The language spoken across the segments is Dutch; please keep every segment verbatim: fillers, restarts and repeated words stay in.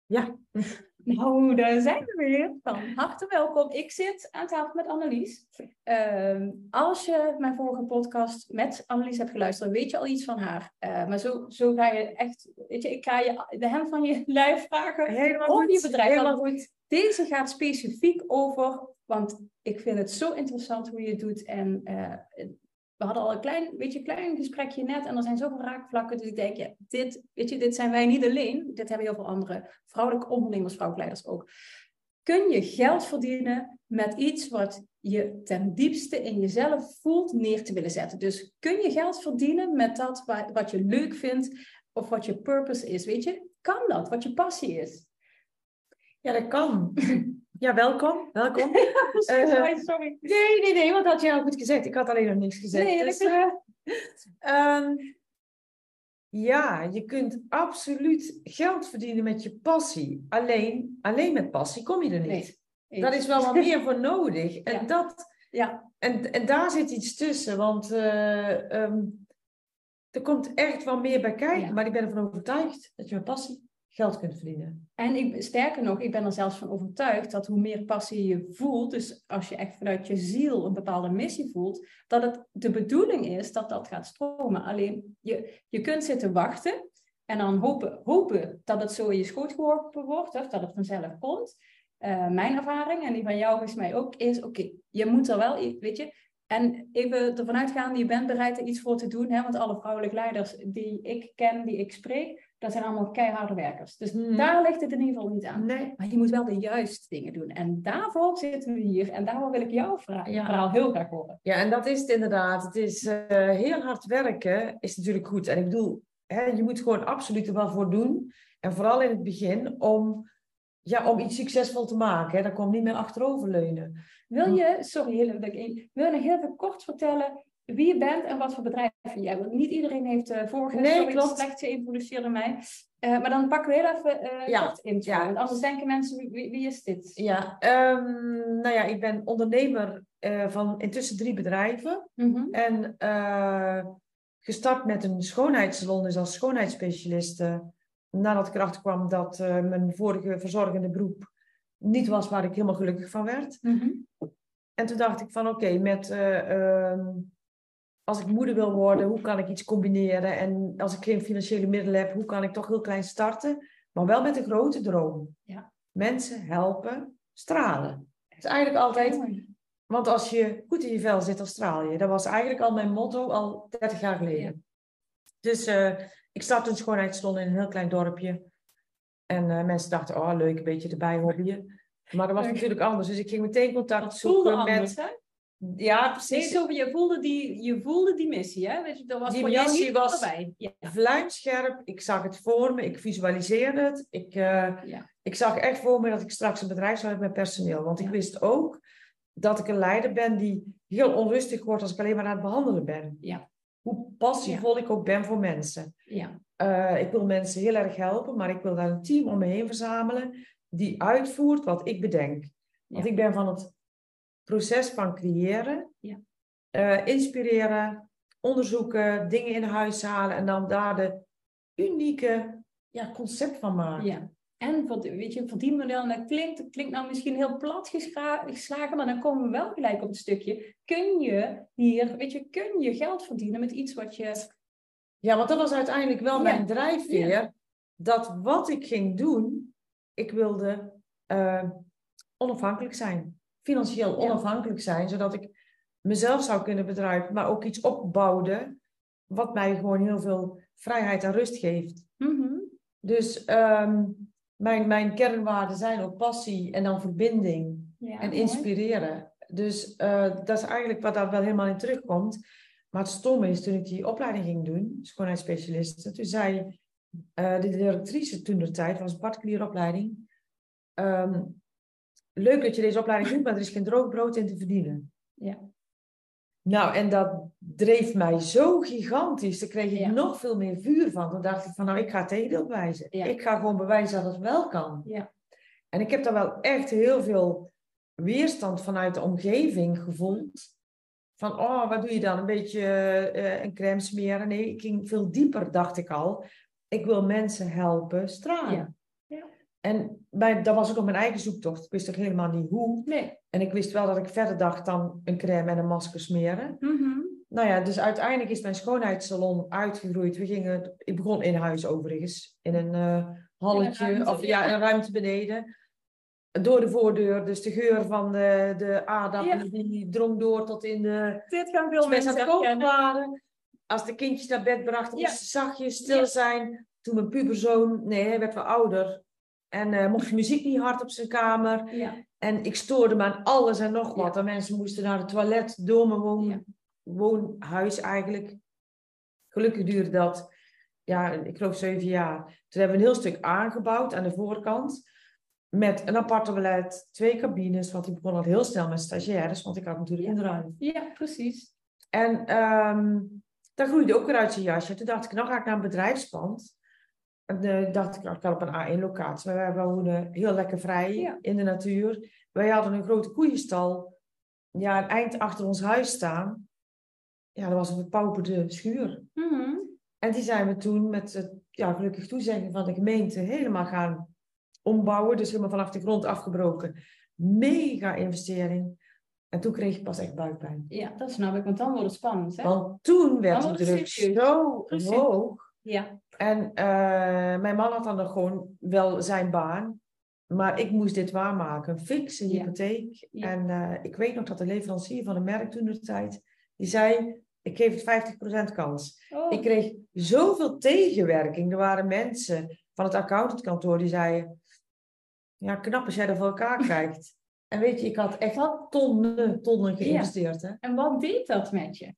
Ja. Nou, daar zijn we weer. Van harte welkom. Ik zit aan tafel met Annelies. Uh, als je mijn vorige podcast met Annelies hebt geluisterd, weet je al iets van haar. Uh, maar zo, zo ga je echt, weet je, ik ga je de hem van je lijf vragen. Helemaal over goed. je bedrijf. Helemaal goed. Deze gaat specifiek over, want ik vind het zo interessant hoe je het doet. En uh, we hadden al een klein, weet je, klein gesprekje net en er zijn zoveel raakvlakken. Dus ik denk, ja, dit, weet je, dit zijn wij niet alleen. Dit hebben heel veel andere vrouwelijke ondernemers, vrouwelijke leiders ook. Kun je geld verdienen met iets wat je ten diepste in jezelf voelt neer te willen zetten? Dus kun je geld verdienen met dat wat je leuk vindt of wat je purpose is? Weet je, kan dat? Wat je passie is? Ja, dat kan. Ja, welkom. Welkom. Ja, sorry, sorry. Uh, nee, nee, nee, want dat had je al goed gezegd. Ik had alleen nog niks gezegd. Nee, dus, ik uh, um, ja, je kunt absoluut geld verdienen met je passie. Alleen, alleen met passie kom je er niet. Nee, daar is wel wat meer voor nodig. En, ja. dat, ja. en, en daar zit iets tussen. Want uh, um, er komt echt wel meer bij kijken. Ja. Maar ik ben ervan overtuigd dat je met passie geld kunt verdienen. En ik, sterker nog, ik ben er zelfs van overtuigd dat hoe meer passie je voelt, dus als je echt vanuit je ziel een bepaalde missie voelt, dat het de bedoeling is dat dat gaat stromen. Alleen, je, je kunt zitten wachten en dan hopen, hopen dat het zo in je schoot geworpen wordt, of dat het vanzelf komt. Uh, mijn ervaring, en die van jou is mij ook, is oké, okay, je moet er wel, weet je, en even ervan uitgaan, je bent bereid er iets voor te doen, hè, want alle vrouwelijke leiders die ik ken, die ik spreek, dat zijn allemaal keiharde werkers. Dus mm. daar ligt het in ieder geval niet aan. Nee. Maar je moet wel de juiste dingen doen. En daarvoor zitten we hier. En daarvoor wil ik jouw verhaal, ja. verhaal heel graag horen. Ja, en dat is het inderdaad. Het is uh, heel hard werken is natuurlijk goed. En ik bedoel, hè, je moet gewoon absoluut er wel voor doen. En vooral in het begin om, ja, om iets succesvol te maken. Hè. Daar komt niet meer achteroverleunen. Wil je, sorry, heel even, wil je nog heel even kort vertellen wie je bent en wat voor bedrijf je hebt? Want niet iedereen heeft uh, vorige nee, sorry, klopt. slecht geïntroduceerd aan mij. Uh, maar dan pakken we heel even uh, ja. kort intro. Ja. Want anders denken mensen, wie, wie is dit? Ja, um, nou ja, ik ben ondernemer uh, van intussen drie bedrijven. Mm-hmm. En uh, gestart met een schoonheidssalon, dus als schoonheidsspecialiste. Nadat ik erachter kwam dat uh, mijn vorige verzorgende beroep niet was waar ik helemaal gelukkig van werd. Mm-hmm. En toen dacht ik van oké, okay, met... Uh, um, als ik moeder wil worden, hoe kan ik iets combineren? En als ik geen financiële middelen heb, hoe kan ik toch heel klein starten? Maar wel met een grote droom. Ja. Mensen helpen, stralen. Het is eigenlijk altijd... Ja. Want als je goed in je vel zit, dan straal je. Dat was eigenlijk al mijn motto, al dertig jaar geleden. Ja. Dus uh, ik startte een schoonheidssalon in een heel klein dorpje. En uh, mensen dachten, oh leuk, een beetje erbij hobbyen. Maar dat was leuk. Natuurlijk anders. Dus ik ging meteen contact zoeken met... Anders, hè? Ja, precies. Nee, zo, je, voelde die, je voelde die missie, hè? Weet je, dat was die voor missie jou niet was erbij. Ja. vlijmscherp. Ik zag het voor me. Ik visualiseerde het. Ik, uh, ja. ik zag echt voor me dat ik straks een bedrijf zou hebben met personeel. Want ja. ik wist ook dat ik een leider ben die heel onrustig wordt als ik alleen maar aan het behandelen ben. Ja. Hoe passievol ja. ik ook ben voor mensen. Ja. Uh, ik wil mensen heel erg helpen, maar ik wil daar een team om me heen verzamelen die uitvoert wat ik bedenk. Want ja. ik ben van het proces van creëren, ja. uh, inspireren, onderzoeken, dingen in huis halen en dan daar de unieke ja, concept van maken. Ja. En weet je, verdienmodel, dat klinkt, dat klinkt nou misschien heel plat geslagen, maar dan komen we wel gelijk op het stukje. Kun je hier, weet je, kun je geld verdienen met iets wat je... Ja, want dat was uiteindelijk wel ja. mijn drijfveer. Ja. Dat wat ik ging doen, ik wilde uh, onafhankelijk zijn. Financieel onafhankelijk zijn, zodat ik mezelf zou kunnen bedrijven, maar ook iets opbouwde wat mij gewoon heel veel vrijheid en rust geeft. Mm-hmm. Dus um, mijn, mijn kernwaarden zijn ook passie en dan verbinding ja, en inspireren. Mooi. Dus uh, dat is eigenlijk wat daar wel helemaal in terugkomt. Maar het stomme is, toen ik die opleiding ging doen, schoonheidsspecialiste, toen zei uh, de directrice toen de tijd, was een particuliere opleiding, um, leuk dat je deze opleiding doet, maar er is geen droog brood in te verdienen. Ja. Nou, en dat dreef mij zo gigantisch. Daar kreeg ik ja. nog veel meer vuur van. Dan dacht ik van, nou, ik ga het tegendeel bewijzen. Ja. Ik ga gewoon bewijzen dat het wel kan. Ja. En ik heb daar wel echt heel veel weerstand vanuit de omgeving gevoeld. Van, oh, wat doe je dan? Een beetje uh, een crème smeren? Nee, ik ging veel dieper, dacht ik al. Ik wil mensen helpen stralen. Ja. Ja. En bij, dat was ook nog mijn eigen zoektocht. Ik wist ook helemaal niet hoe. Nee. En ik wist wel dat ik verder dacht dan een crème en een masker smeren. Mm-hmm. Nou ja, dus uiteindelijk is mijn schoonheidssalon uitgegroeid. We gingen, ik begon in huis overigens. In een uh, halletje, in een ruimte, of ja, een ruimte beneden. Door de voordeur, dus de geur van de, de aardappelen, ja. die drong door tot in de... Dit gaan veel mensen herkennen. Als de kindjes naar bed brachten, ja. moesten ze zachtjes stil ja. zijn. Toen mijn puberzoon, nee, hij werd wel ouder. En uh, mocht de muziek niet hard op zijn kamer. Ja. En ik stoorde me aan alles en nog wat. Ja. En mensen moesten naar het toilet door mijn woon, ja. woonhuis eigenlijk. Gelukkig duurde dat, ja, ik geloof zeven jaar. Toen hebben we een heel stuk aangebouwd aan de voorkant. Met een apart toilet, twee cabines. Want ik begon al heel snel met stagiaires. Want ik had natuurlijk ja. een ruim. Ja, precies. En um, dat groeide ook weer uit zijn jasje. Toen dacht ik, nou ga ik naar een bedrijfspand. En uh, dacht ik, ik had op een A één locatie. Maar wij woonden heel lekker vrij ja. in de natuur. Wij hadden een grote koeienstal. Ja, een eind achter ons huis staan. Ja, dat was een verpauperde schuur. Mm-hmm. En die zijn we toen met het ja, gelukkig toezegging van de gemeente helemaal gaan ombouwen. Dus helemaal vanaf de grond afgebroken. Mega investering. En toen kreeg ik pas echt buikpijn. Ja, dat snap ik. Want dan wordt het spannend, hè? Want toen werd de druk zo Precies. hoog. Ja. En uh, mijn man had dan nog gewoon wel zijn baan. Maar ik moest dit waarmaken. Een fikse hypotheek. Ja. Ja. En uh, ik weet nog dat de leverancier van een merk toen de tijd... Die zei, ik geef het vijftig procent kans. Oh. Ik kreeg zoveel tegenwerking. Er waren mensen van het accountantkantoor die zeiden... Ja, knap als jij dat voor elkaar krijgt. En weet je, ik had echt tonnen, tonnen geïnvesteerd. Ja. Hè? En wat deed dat met je?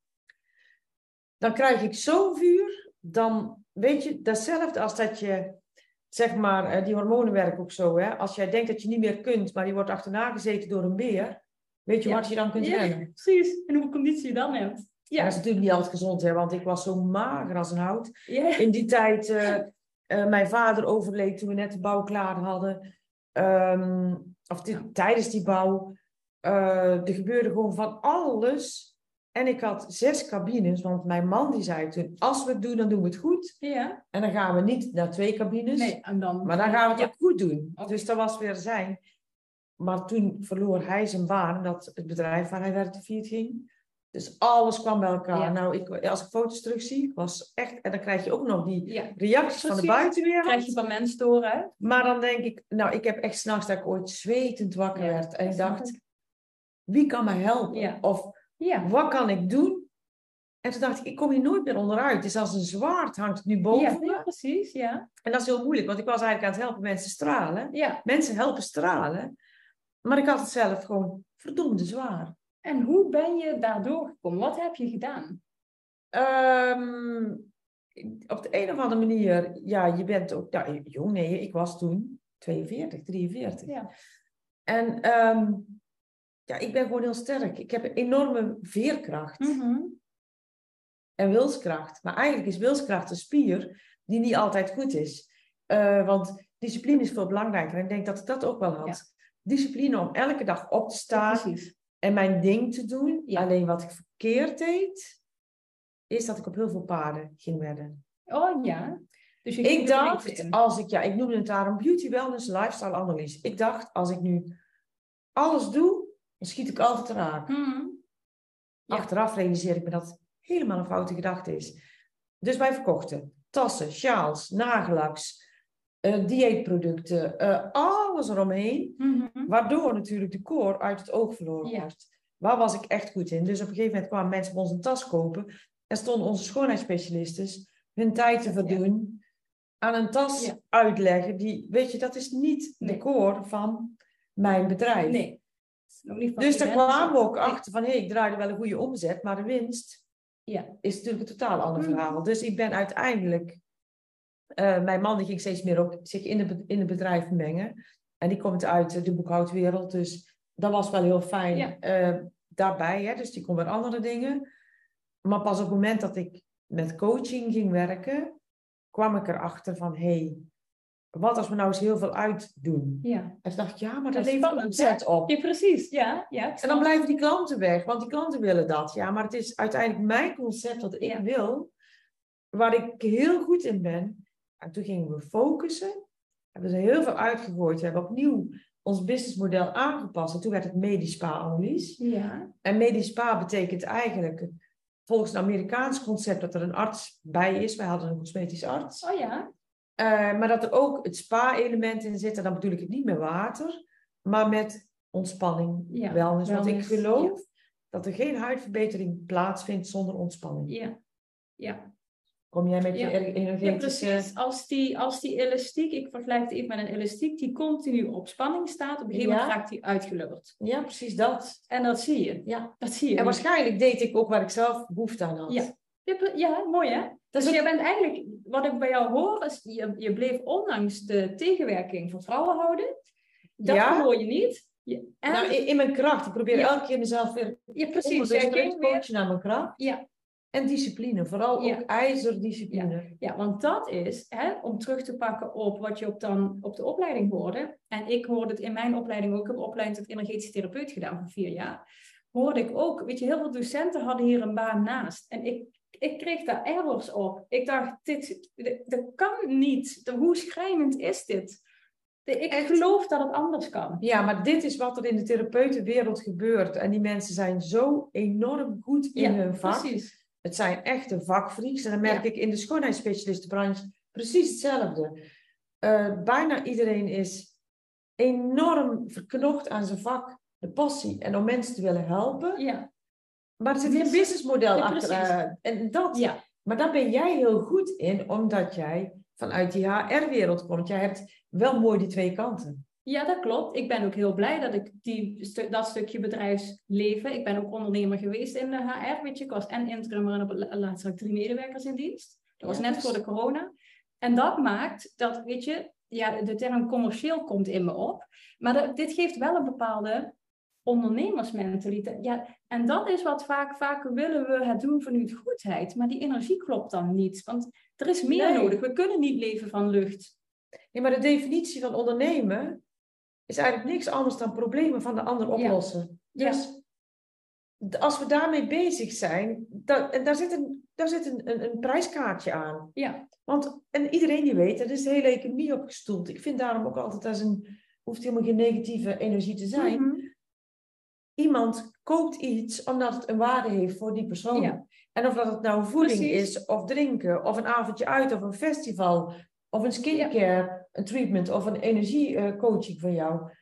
Dan krijg ik zo'n vuur. Dan, weet je, datzelfde als dat je... Zeg maar, die hormonen werken ook zo. Hè? Als jij denkt dat je niet meer kunt, maar je wordt achterna gezeten door een beer. Weet je ja. wat je dan kunt ja, rennen? Precies. En hoeveel conditie je dan hebt. Ja. Dat is natuurlijk niet altijd gezond, hè, want ik was zo mager als een hout. Ja. In die tijd, uh, uh, mijn vader overleed toen we net de bouw klaar hadden. Um, of die, ja. tijdens die bouw. Uh, er gebeurde gewoon van alles. En ik had zes cabines, want mijn man die zei toen, als we het doen, dan doen we het goed. Ja. En dan gaan we niet naar twee cabines, nee, en dan... maar dan gaan we het ja. ook goed doen. Okay. Dus dat was weer zijn. Maar toen verloor hij zijn baan, dat het bedrijf waar hij werkte failliet ging. Dus alles kwam bij elkaar. Ja. Nou, ik, als ik foto's terugzie, ik was echt... En dan krijg je ook nog die ja. reacties Precies. van de buitenwereld. Krijg je van mensen door, hè? Maar dan denk ik, nou, ik heb echt s'nachts dat ik ooit zwetend wakker ja. werd. En ik dacht, wie kan me helpen? Ja. Of ja. wat kan ik doen? En toen dacht ik, ik kom hier nooit meer onderuit. Het is als een zwaard, hangt het nu boven me. Ja, ja, precies, ja. En dat is heel moeilijk, want ik was eigenlijk aan het helpen mensen stralen. Ja. Mensen helpen stralen. Maar ik had het zelf gewoon verdomde zwaar. En hoe ben je daardoor gekomen? Wat heb je gedaan? Um, op de een of andere manier, ja, je bent ook ja, jong. Nee, ik was toen tweeënveertig, drieënveertig. Ja. En um, ja, ik ben gewoon heel sterk. Ik heb een enorme veerkracht. Mm-hmm. En wilskracht. Maar eigenlijk is wilskracht een spier die niet altijd goed is. Uh, want discipline is veel belangrijker. En ik denk dat ik dat ook wel had. Ja. Discipline om elke dag op te staan. Ja, en mijn ding te doen. Ja. Alleen wat ik verkeerd deed, is dat ik op heel veel paarden ging wedden. Oh ja. Dus je ik dacht, als ik, ja, ik noemde het daar een beauty wellness lifestyle analyse. Ik dacht, als ik nu alles doe, dan schiet ik altijd raak. Mm-hmm. Ja. Achteraf realiseer ik me dat het helemaal een foute gedachte is. Dus wij verkochten tassen, sjaals, nagellaks, uh, dieetproducten, uh, alles eromheen. Mm-hmm. Waardoor natuurlijk de core uit het oog verloren ja. wordt. Waar was ik echt goed in? Dus op een gegeven moment kwamen mensen bij ons een tas kopen. En stonden onze schoonheidsspecialisten hun tijd te verdoen. Ja. Aan een tas ja. uitleggen. Die, weet je, dat is niet nee. de core van mijn bedrijf. Nee. Niet van dus daar kwamen we ook nee. achter van, hé, hey, ik draaide wel een goede omzet. Maar de winst ja. is natuurlijk een totaal ander mm. verhaal. Dus ik ben uiteindelijk... Uh, mijn man die ging steeds meer ook zich in, de, in het bedrijf mengen. En die komt uit de boekhoudwereld. Dus dat was wel heel fijn ja. uh, daarbij. Hè? Dus die kon weer andere dingen. Maar pas op het moment dat ik met coaching ging werken, kwam ik erachter van, hé, hey, wat als we nou eens heel veel uitdoen? Ja. En toen dacht ik, ja, maar dat, dat levert omzet op. Ja, precies. Ja, ja, en dan blijven die klanten weg, want die klanten willen dat. Ja, maar het is uiteindelijk mijn concept wat ik ja. wil, waar ik heel goed in ben. En toen gingen we focussen. hebben we er heel veel uitgegooid. We hebben opnieuw ons businessmodel aangepast. En toen werd het medisch spa-analyse. Ja. En medisch spa betekent eigenlijk, volgens een Amerikaans concept, dat er een arts bij is. Wij hadden een cosmetisch arts. Oh ja. Uh, maar dat er ook het spa-element in zit. En dan bedoel ik het niet met water, maar met ontspanning, Ja, wellness. Want ik wellness, geloof ja. dat er geen huidverbetering plaatsvindt zonder ontspanning. Ja, ja. Kom jij met je Ja. energetische... Ja, precies. Als die, als die elastiek, ik vergelijk het even met een elastiek, die continu op spanning staat, op een gegeven moment Ja. raakt die uitgelubberd. Ja, precies dat. En dat zie je. Ja. Dat zie je. En waarschijnlijk deed ik ook waar ik zelf behoefte aan had. Ja, ja, ja mooi hè? Dus ook- je bent eigenlijk, wat ik bij jou hoor, is je, je bleef ondanks de tegenwerking van vrouwen houden. Dat Ja. verloor je niet. Je, en, Nou, in, in mijn kracht. Ik probeer Ja. elke keer mezelf weer ja, precies. onder Jij de ging te weer, coachen naar mijn kracht. ja, En discipline. Vooral Ja. ook ijzerdiscipline. ja, want dat is, hè, om terug te pakken op wat je op, dan, op de opleiding hoorde. En ik hoorde het in mijn opleiding ook. Ik heb opleiding tot energetische therapeut gedaan voor vier jaar. Hoorde ik ook, weet je, heel veel docenten hadden hier een baan naast. En ik, ik kreeg daar errors op. Ik dacht, dit, dit, dat kan niet. De, hoe schrijnend is dit? De, ik Echt? geloof dat het anders kan. Ja, maar dit is wat er in de therapeutenwereld gebeurt. En die mensen zijn zo enorm goed in Ja, hun vak. precies. Het zijn echte vakfreaks. En dan merk Ja. ik in de schoonheidsspecialistenbranche precies hetzelfde. Uh, bijna iedereen is enorm verknocht aan zijn vak, de passie en om mensen te willen helpen. Ja. Maar er zit geen businessmodel Ja, achter. precies. Uh, en dat, Ja. Maar daar ben jij heel goed in, omdat jij vanuit die H R-wereld komt. Jij hebt wel mooi die twee kanten. Ja, dat klopt. Ik ben ook heel blij dat ik die, stu- dat stukje bedrijfsleven... Ik ben ook ondernemer geweest in de H R, weet je. Ik was en interimmer en op het laatst had ik drie medewerkers in dienst. Dat was Ja, net dus- voor de corona. En dat maakt dat, weet je... Ja, de term commercieel komt in me op. Maar dat, dit geeft wel een bepaalde ondernemersmentaliteit. Ja, en dat is wat vaak, vaak willen we het doen vanuit goedheid. Maar die energie klopt dan niet. Want er is meer Nee. nodig. We kunnen niet leven van lucht. Nee, maar de definitie van ondernemen is eigenlijk niks anders dan problemen van de ander oplossen. Ja. Dus d- als we daarmee bezig zijn, dat, en daar zit, een, daar zit een, een, een prijskaartje aan. Ja, Want, en iedereen die weet, er is de hele economie op gestoeld. Ik vind daarom ook altijd, dat is een, hoeft helemaal geen negatieve energie te zijn. Mhm. Iemand koopt iets omdat het een waarde heeft voor die persoon. Ja. En of dat het nou voeding Precies. is, of drinken, of een avondje uit, of een festival, of een skincare, een treatment, of een energiecoaching van jou.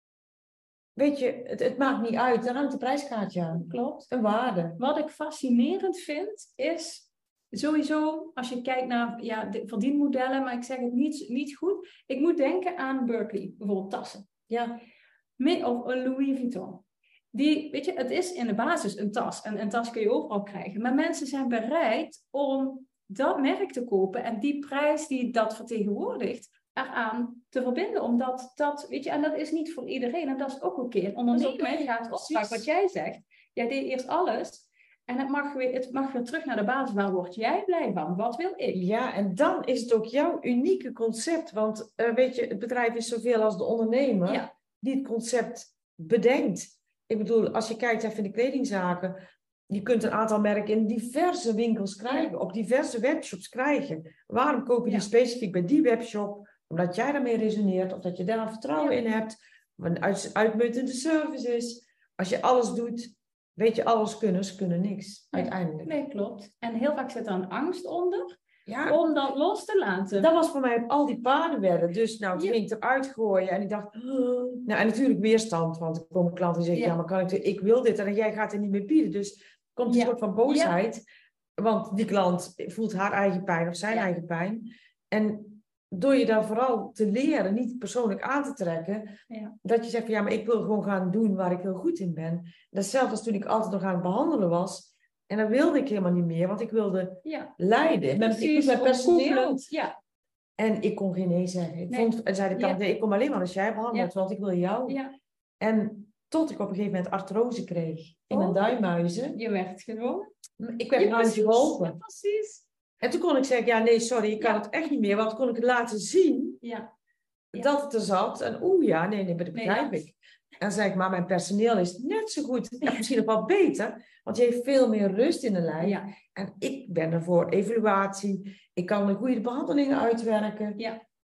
Weet je, het, het maakt niet uit. Dan hangt de prijskaartje aan. Klopt. Een waarde. Wat ik fascinerend vind, is sowieso, als je kijkt naar ja, de verdienmodellen, maar ik zeg het niet, niet goed. Ik moet denken aan Berkeley, bijvoorbeeld tassen. Ja. Me- Of een Louis Vuitton. Die, weet je, het is in de basis een tas. En een tas kun je overal krijgen. Maar mensen zijn bereid om dat merk te kopen en die prijs die dat vertegenwoordigt, eraan te verbinden. Omdat dat, weet je, en dat is niet voor iedereen. En dat is ook oké. Een ondernemer oké, gaat precies. oppakken wat jij zegt. Jij deed eerst alles. En het mag, weer, het mag weer terug naar de basis. Waar word jij blij van? Wat wil ik? Ja, en dan is het ook jouw unieke concept. Want uh, weet je, het bedrijf is zoveel als de ondernemer Ja. die het concept bedenkt. Ik bedoel, als je kijkt even in de kledingzaken, je kunt een aantal merken in diverse winkels krijgen, Ja. op diverse webshops krijgen. Waarom koop je die Ja. specifiek bij die webshop? Omdat jij daarmee resoneert, of dat je daar vertrouwen Ja. in hebt, of een uit, uitmuntende service is. Als je alles doet, weet je, alles kunnen, ze kunnen niks, Nee. uiteindelijk. Nee, klopt. En heel vaak zit er een angst onder Ja, om dat los te laten. dat was voor mij op al die paardenwedden. Dus nou, toen Ja. ging ik eruit gooien en ik dacht... "Oh." Nou, en natuurlijk weerstand, want er komen klanten die zeggen... Ja. Ja, maar kan ik, het- ik wil dit en jij gaat er niet meer bieden. Dus komt een Ja. soort van boosheid. Want die klant voelt haar eigen pijn of zijn Ja. eigen pijn. En door je daar vooral te leren, niet persoonlijk aan te trekken... Ja. Dat je zegt van ja, maar ik wil gewoon gaan doen waar ik heel goed in ben. Dat is hetzelfde als toen ik altijd nog aan het behandelen was... En dat wilde ik helemaal niet meer, want ik wilde Ja. leiden. Mijn, ik Precies, moest mijn personeel... overkoepelend. Ja. En ik kon geen nee zeggen. Ik Nee. vond, en zei de klant, Ja. nee, ik kom alleen maar als jij behandelt, want ik wil jou. Ja. En tot ik op een gegeven moment artrose kreeg in Oh. mijn duimhuizen. Je werd gedwongen. Ik werd Ja, een handje geholpen. Ja, precies. En toen kon ik zeggen, ja nee, sorry, ik kan Ja. het echt niet meer. Want kon ik het laten zien Ja. Ja. dat het er zat. En oeh ja, nee, nee, dat Nee, begrijp ja. ik. En dan zei ik, maar mijn personeel is net zo goed. Ja, misschien nog wel beter. Want die heeft veel meer rust in de lijn. Ja. En ik ben er voor evaluatie. Ik kan de goede behandelingen uitwerken. Ja.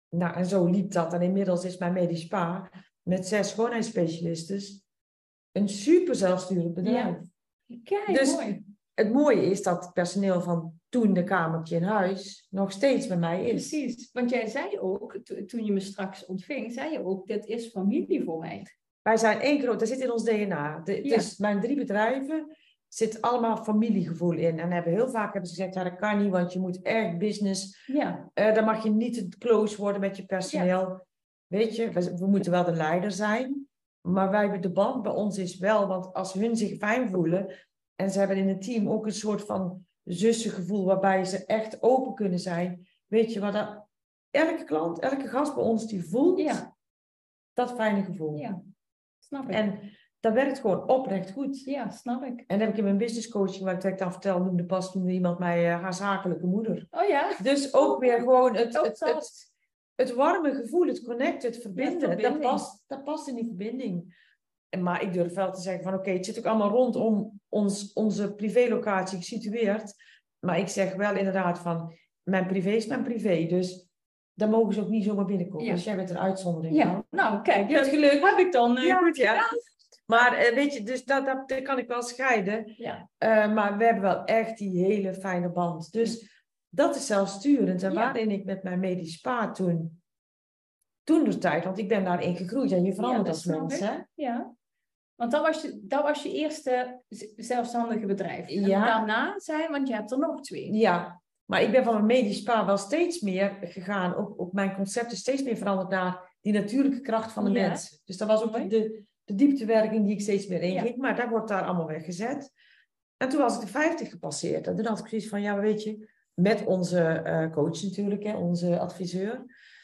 Nou, en zo liep dat. En inmiddels is mijn medisch spa met zes schoonheidsspecialisten een super zelfsturend bedrijf. Ja. Kijk, dus mooi. Het mooie is dat het personeel van toen de kamertje in huis nog steeds bij mij is. Precies, want jij zei ook, to- toen je me straks ontving, zei je ook, dit is familie voor mij. Wij zijn één groot, dat zit in ons D N A. De, Ja. Dus mijn drie bedrijven zit allemaal familiegevoel in. En hebben heel vaak hebben ze gezegd, ja, dat kan niet, want je moet echt business. Ja. Uh, dan mag je niet te close worden met je personeel. Ja. Weet je, we, we moeten wel de leider zijn. Maar wij, de band bij ons is wel, want als hun zich fijn voelen, en ze hebben in het team ook een soort van zussengevoel, waarbij ze echt open kunnen zijn. Weet je, wat dat, elke klant, elke gast bij ons, die voelt ja. dat fijne gevoel. Ja, snap ik. En dat werkt gewoon oprecht goed. Ja, snap ik. En dan heb ik in mijn business coaching, waar ik direct aan vertel, noemde pas noemde iemand mij uh, haar zakelijke moeder. Oh ja? Dus ook weer gewoon het, oh, het, het, het, het warme gevoel, het connecten, het verbinden. Ja, dat, past, dat past in die verbinding. En, maar ik durf wel te zeggen van oké, okay, het zit ook allemaal rondom ons, onze privélocatie gesitueerd. Maar ik zeg wel inderdaad van, mijn privé is mijn privé. Dus daar mogen ze ook niet zomaar binnenkomen. Ja. Dus jij bent een uitzondering. Ja, nou kijk, het geluk heb ik dan. Uh, ja, goed, ja. ja. Maar uh, weet je, dus dat, dat, dat kan ik wel scheiden. Ja. Uh, maar we hebben wel echt die hele fijne band. Dus ja. dat is zelfsturend. En ja. waarin ik met mijn medisch spa toen, toen de tijd, want ik ben daarin gegroeid. En je verandert ja, als mens, hè? Ja. Want dat was je, dat was je eerste zelfstandige bedrijf. En ja. daarna zijn, want je hebt er nog twee. Ja, maar ik ben van mijn medisch spa wel steeds meer gegaan. Ook, ook mijn concept is steeds meer veranderd naar die natuurlijke kracht van de ja. mensen. Dus dat was ook de, de dieptewerking die ik steeds meer inging. Ja. Maar dat wordt daar allemaal weggezet. En toen was ik de vijftig gepasseerd. En toen had ik zoiets van, ja, weet je, met onze uh, coach natuurlijk, hè, onze adviseur.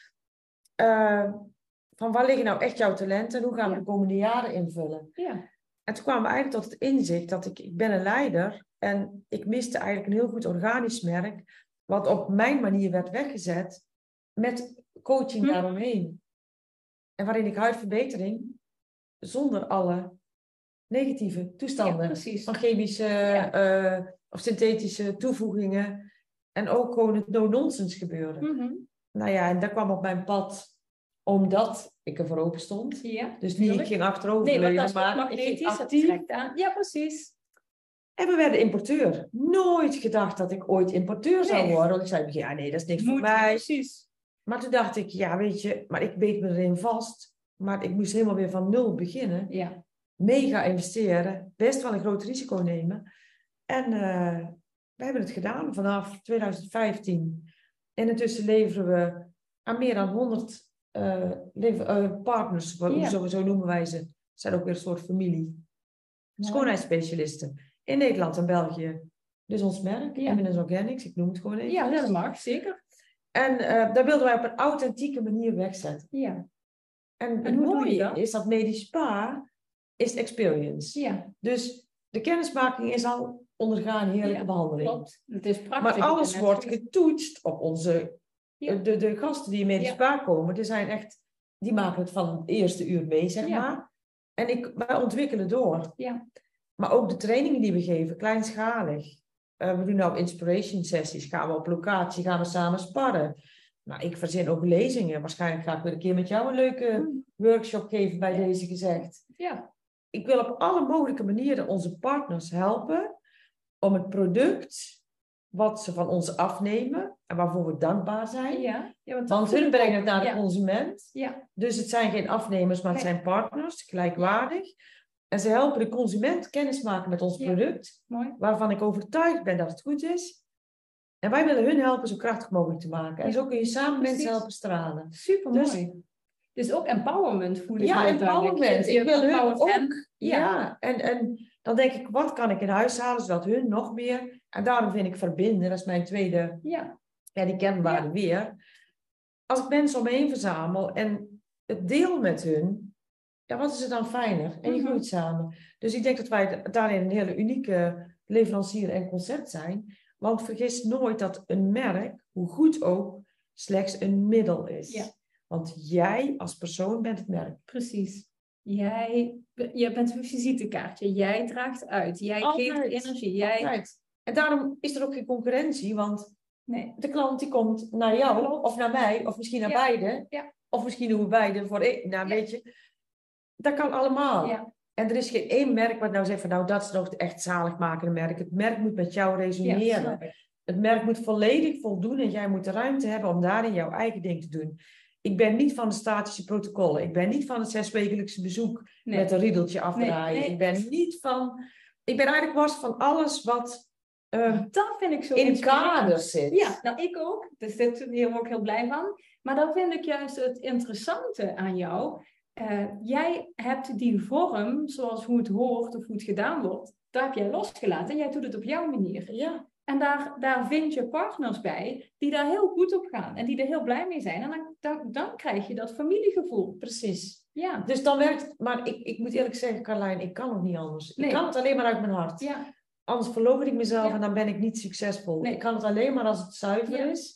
Uh, van waar liggen nou echt jouw talenten en hoe gaan we ja. de komende jaren invullen? Ja. En toen kwamen we eigenlijk tot het inzicht dat ik, ik ben een leider en ik miste eigenlijk een heel goed organisch merk, wat op mijn manier werd weggezet met coaching hm. daaromheen. En waarin ik huidverbetering zonder alle negatieve toestanden ja, van chemische ja. uh, of synthetische toevoegingen en ook gewoon het no-nonsense gebeuren. Mm-hmm. Nou ja, en dat kwam op mijn pad omdat ik ervoor open stond. Ja, dus niet ik ging achterover nee, leunen, dat is maar magnetisch, ik ging actief. Aan. Ja, precies. En we werden importeur. Nooit gedacht dat ik ooit importeur nee. zou worden. Want ik zei, ja nee, dat is niks Moet, voor mij. Precies. Maar toen dacht ik, ja weet je, maar ik beet me erin vast. Maar ik moest helemaal weer van nul beginnen. Ja. Mega investeren. Best wel een groot risico nemen. En uh, we hebben het gedaan vanaf twintig vijftien. En intussen leveren we aan meer dan honderd uh, lever, uh, partners. Ja. Zo, zo noemen wij ze. Ze zijn ook weer een soort familie. Ja. Schoonheidsspecialisten. In Nederland en België. Dus ons merk, ja. Eminence Organics, ik noem het gewoon even. Ja, dat mag, zeker. En uh, dat wilden wij op een authentieke manier wegzetten. Ja. En, en het mooie is dat medisch spa is experience. Ja. Dus de kennismaking is al ondergaan heerlijke ja, behandeling. Klopt. Het is prachtig. Maar alles wordt getoetst op onze... Ja. De, de gasten die in medisch ja. spa komen, die zijn echt... Die maken het van het eerste uur mee, zeg ja. maar. En ik, wij ontwikkelen door. Ja. Maar ook de trainingen die we geven, kleinschalig. Uh, we doen nou inspiration sessies, gaan we op locatie, gaan we samen sparren. Nou, ik verzin ook lezingen. Waarschijnlijk ga ik weer een keer met jou een leuke mm. workshop geven bij ja. deze gezegd. Ja. Ik wil op alle mogelijke manieren onze partners helpen om het product wat ze van ons afnemen en waarvoor we dankbaar zijn. Ja. Ja, want want hun brengen het naar de ja. consument. Ja. Dus het zijn geen afnemers, maar het nee. zijn partners, gelijkwaardig. En ze helpen de consument kennis maken met ons product, ja. Mooi. waarvan ik overtuigd ben dat het goed is. En wij willen hun helpen zo krachtig mogelijk te maken. En ja. zo kun je samen Precies. mensen helpen stralen. Super mooi. Dus, dus ook empowerment voel ik. Ja, empowerment. Ik wil hun ook. En, ja, ja. En, en dan denk ik, wat kan ik in huis halen, zodat hun nog meer... En daarom vind ik verbinden, dat is mijn tweede... Ja. Ja, die kenbaarde ja. weer. Als ik mensen om me heen verzamel en het deel met hun... Ja, wat is het dan fijner? En je mm-hmm. groeit samen. Dus ik denk dat wij daarin een hele unieke leverancier en concept zijn. Want vergis nooit dat een merk, hoe goed ook, slechts een middel is. Ja. Want jij als persoon bent het merk. Precies. Jij, jij bent een visitekaartje. Jij draagt uit. Jij Altijd. geeft energie. Jij... Altijd. En daarom is er ook geen concurrentie. Want Nee. De klant die komt naar jou, Klopt. Of naar mij, of misschien naar ja. beide. Ja. Of misschien doen we beide voor één. Nou, ja. weet je, dat kan allemaal. Ja. En er is geen één merk wat nou zegt van, nou, dat is nog echt zaligmakende merk. Het merk moet met jou resoneren. Ja, het merk moet volledig voldoen en jij moet de ruimte hebben om daarin jouw eigen ding te doen. Ik ben niet van de statische protocollen. Ik ben niet van het zeswekelijkse bezoek nee. met een riedeltje afdraaien. Nee, nee. Ik ben niet van... Ik ben eigenlijk was van alles wat uh, dat vind ik zo in kaders zit. Ja, nou ik ook. Dus daar ben ik ook heel blij van. Maar dan vind ik juist het interessante aan jou. Uh, jij hebt die vorm, zoals hoe het hoort of hoe het gedaan wordt, daar heb jij losgelaten. En jij doet het op jouw manier. Ja. En daar, daar vind je partners bij die daar heel goed op gaan. En die er heel blij mee zijn. En dan, dan, dan krijg je dat familiegevoel. Precies. Ja. Dus dan werkt... Maar ik, ik moet eerlijk zeggen, Carlijn, ik kan het niet anders. Nee. Ik kan het alleen maar uit mijn hart. Ja. Anders verloochen ik mezelf ja. en dan ben ik niet succesvol. Nee. Ik kan het alleen maar als het zuiver ja. is.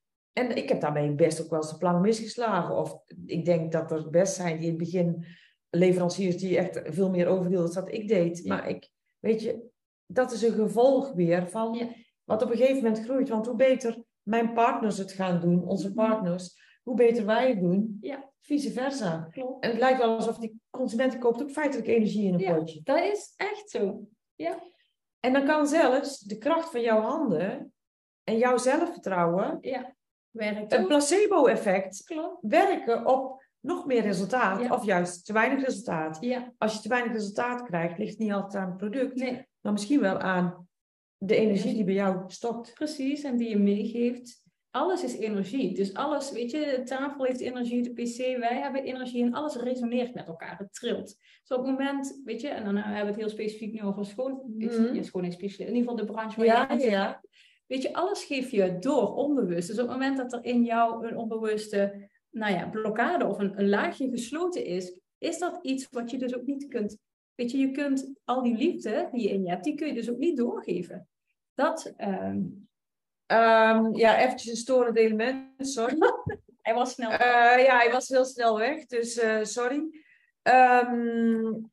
En ik heb daarmee best ook wel eens de plank misgeslagen. Of ik denk dat er best zijn die in het begin... leveranciers die echt veel meer overhielden dan ik deed. Ja. Maar ik... Weet je... Dat is een gevolg weer van ja. wat op een gegeven moment groeit. Want hoe beter mijn partners het gaan doen, onze partners, hoe beter wij het doen, ja. vice versa. Klopt. En het lijkt wel alsof die consument koopt ook feitelijk energie in een ja, potje. Dat is echt zo. Ja. En dan kan zelfs de kracht van jouw handen en jouw zelfvertrouwen, ja. Werkt een ook. placebo-effect, Klopt. werken op nog meer resultaat ja. of juist te weinig resultaat. Ja. Als je te weinig resultaat krijgt, ligt het niet altijd aan het product. Nee. Maar misschien wel aan de energie die bij jou stokt. Precies, en die je meegeeft. Alles is energie. Dus alles, weet je, de tafel heeft energie, de pc, wij hebben energie en alles resoneert met elkaar. Het trilt. Dus op het moment, weet je, en dan hebben we het heel specifiek nu over schoon, mm-hmm. ja, schoonheidsspecialist, in ieder geval de branche waar ja, je in ja. Weet je, alles geef je door, onbewust. Dus op het moment dat er in jou een onbewuste, nou ja, blokkade of een, een laagje gesloten is, is dat iets wat je dus ook niet kunt. Weet je, je kunt al die liefde die je in je hebt, die kun je dus ook niet doorgeven. Dat... Um... Um, ja, eventjes een storend element, sorry. Hij was snel. Uh, ja, hij was heel snel weg, dus uh, sorry. Um,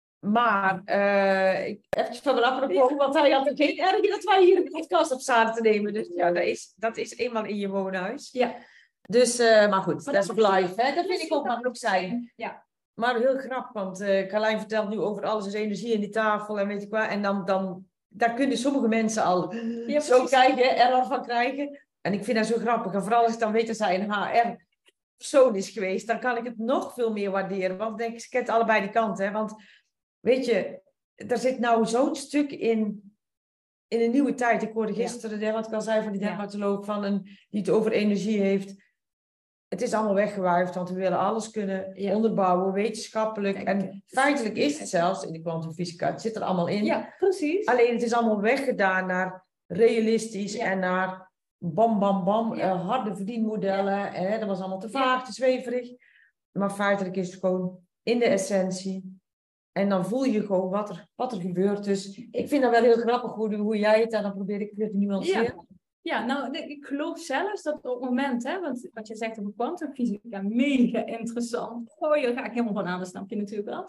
maar, uh, ik, eventjes van de apropos, ja. want hij had het geen erg dat wij hier een podcast op zaten te nemen. Dus ja, dat is, dat is eenmaal in je woonhuis. Ja. Dus, uh, maar goed, maar dat is ook live, hè? Dat vind ik ook, mag ook zijn. Ja. Maar heel grappig, want uh, Carlijn vertelt nu over alles is energie in die tafel en weet ik wat. En dan, dan daar kunnen sommige mensen al ja, zo kijken, error van krijgen. En ik vind dat zo grappig. En vooral als ik dan weet dat zij een H R-persoon is geweest, dan kan ik het nog veel meer waarderen. Want denk ik, ik kent allebei die kanten. Hè? Want weet je, er zit nou zo'n stuk in, in een nieuwe tijd. Ik hoorde gisteren, ja. wat ik al zei van die dermatoloog, van een, die het over energie heeft. Het is allemaal weggewuifd, want we willen alles kunnen ja. onderbouwen, wetenschappelijk. Denk, en feitelijk is het zelfs, in de kwantumfysica, het zit er allemaal in. Ja, precies. Alleen het is allemaal weggedaan naar realistisch ja. en naar bam, bam, bam, ja. uh, harde verdienmodellen. Ja. Hè? Dat was allemaal te vaag, ja. te zweverig. Maar feitelijk is het gewoon in de essentie. En dan voel je gewoon wat er, wat er gebeurt. Dus ik vind dat wel heel grappig hoe, hoe jij het, en dan probeer ik weer te nuanceren. Ja. Ja, nou, ik geloof zelfs dat op het moment, hè, want wat je zegt over kwantumfysica, mega interessant. Oh, hier ga ik helemaal van aan, dat snap je natuurlijk wel.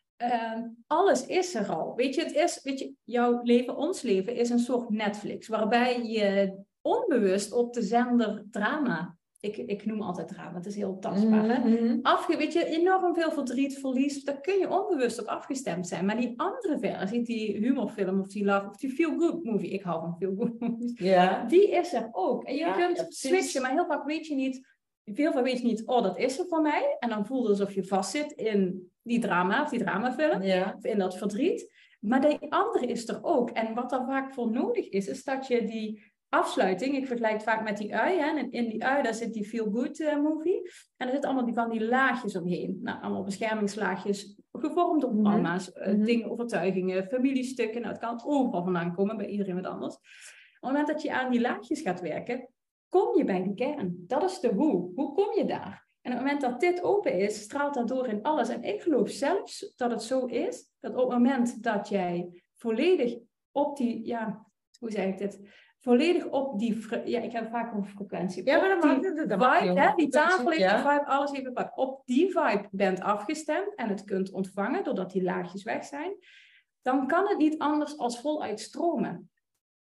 Uh, alles is er al. Weet je, het is, weet je, jouw leven, ons leven, is een soort Netflix, waarbij je onbewust op de zender drama, ik, ik noem altijd drama, het is heel tastbaar, mm-hmm. hè? Afge, weet je, enorm veel verdriet, verlies, daar kun je onbewust op afgestemd zijn. Maar die andere versie, die humorfilm of die love of die feel-good movie, ik hou van feel-good movies, ja. die is er ook. En je ja, kunt ja, switchen, maar heel vaak weet je niet, veel vaak weet je niet, oh, dat is er voor mij. En dan voel je alsof je vastzit in die drama of die dramafilm, ja. of in dat verdriet. Maar die andere is er ook. En wat er vaak voor nodig is, is dat je die afsluiting, ik vergelijk het vaak met die ui, hè, en in die ui daar zit die feel-good uh, movie, en er zitten allemaal die van die laagjes omheen, nou, allemaal beschermingslaagjes, gevormd door trauma's, mm-hmm. uh, dingen, overtuigingen, familiestukken, nou, het kan overal vandaan komen, bij iedereen wat anders. Op het moment dat je aan die laagjes gaat werken, kom je bij die kern. Dat is de hoe. Hoe kom je daar? En op het moment dat dit open is, straalt dat door in alles. En ik geloof zelfs dat het zo is, dat op het moment dat jij volledig op die, ja, hoe zeg ik dit? Volledig op die, ja, ik heb het vaak over frequentie. Ja, maar dan die mag het, vibe, hè, die tafel heeft ja. een vibe, alles heeft een vibe. Op die vibe bent afgestemd en het kunt ontvangen, doordat die laagjes weg zijn, dan kan het niet anders als voluit stromen.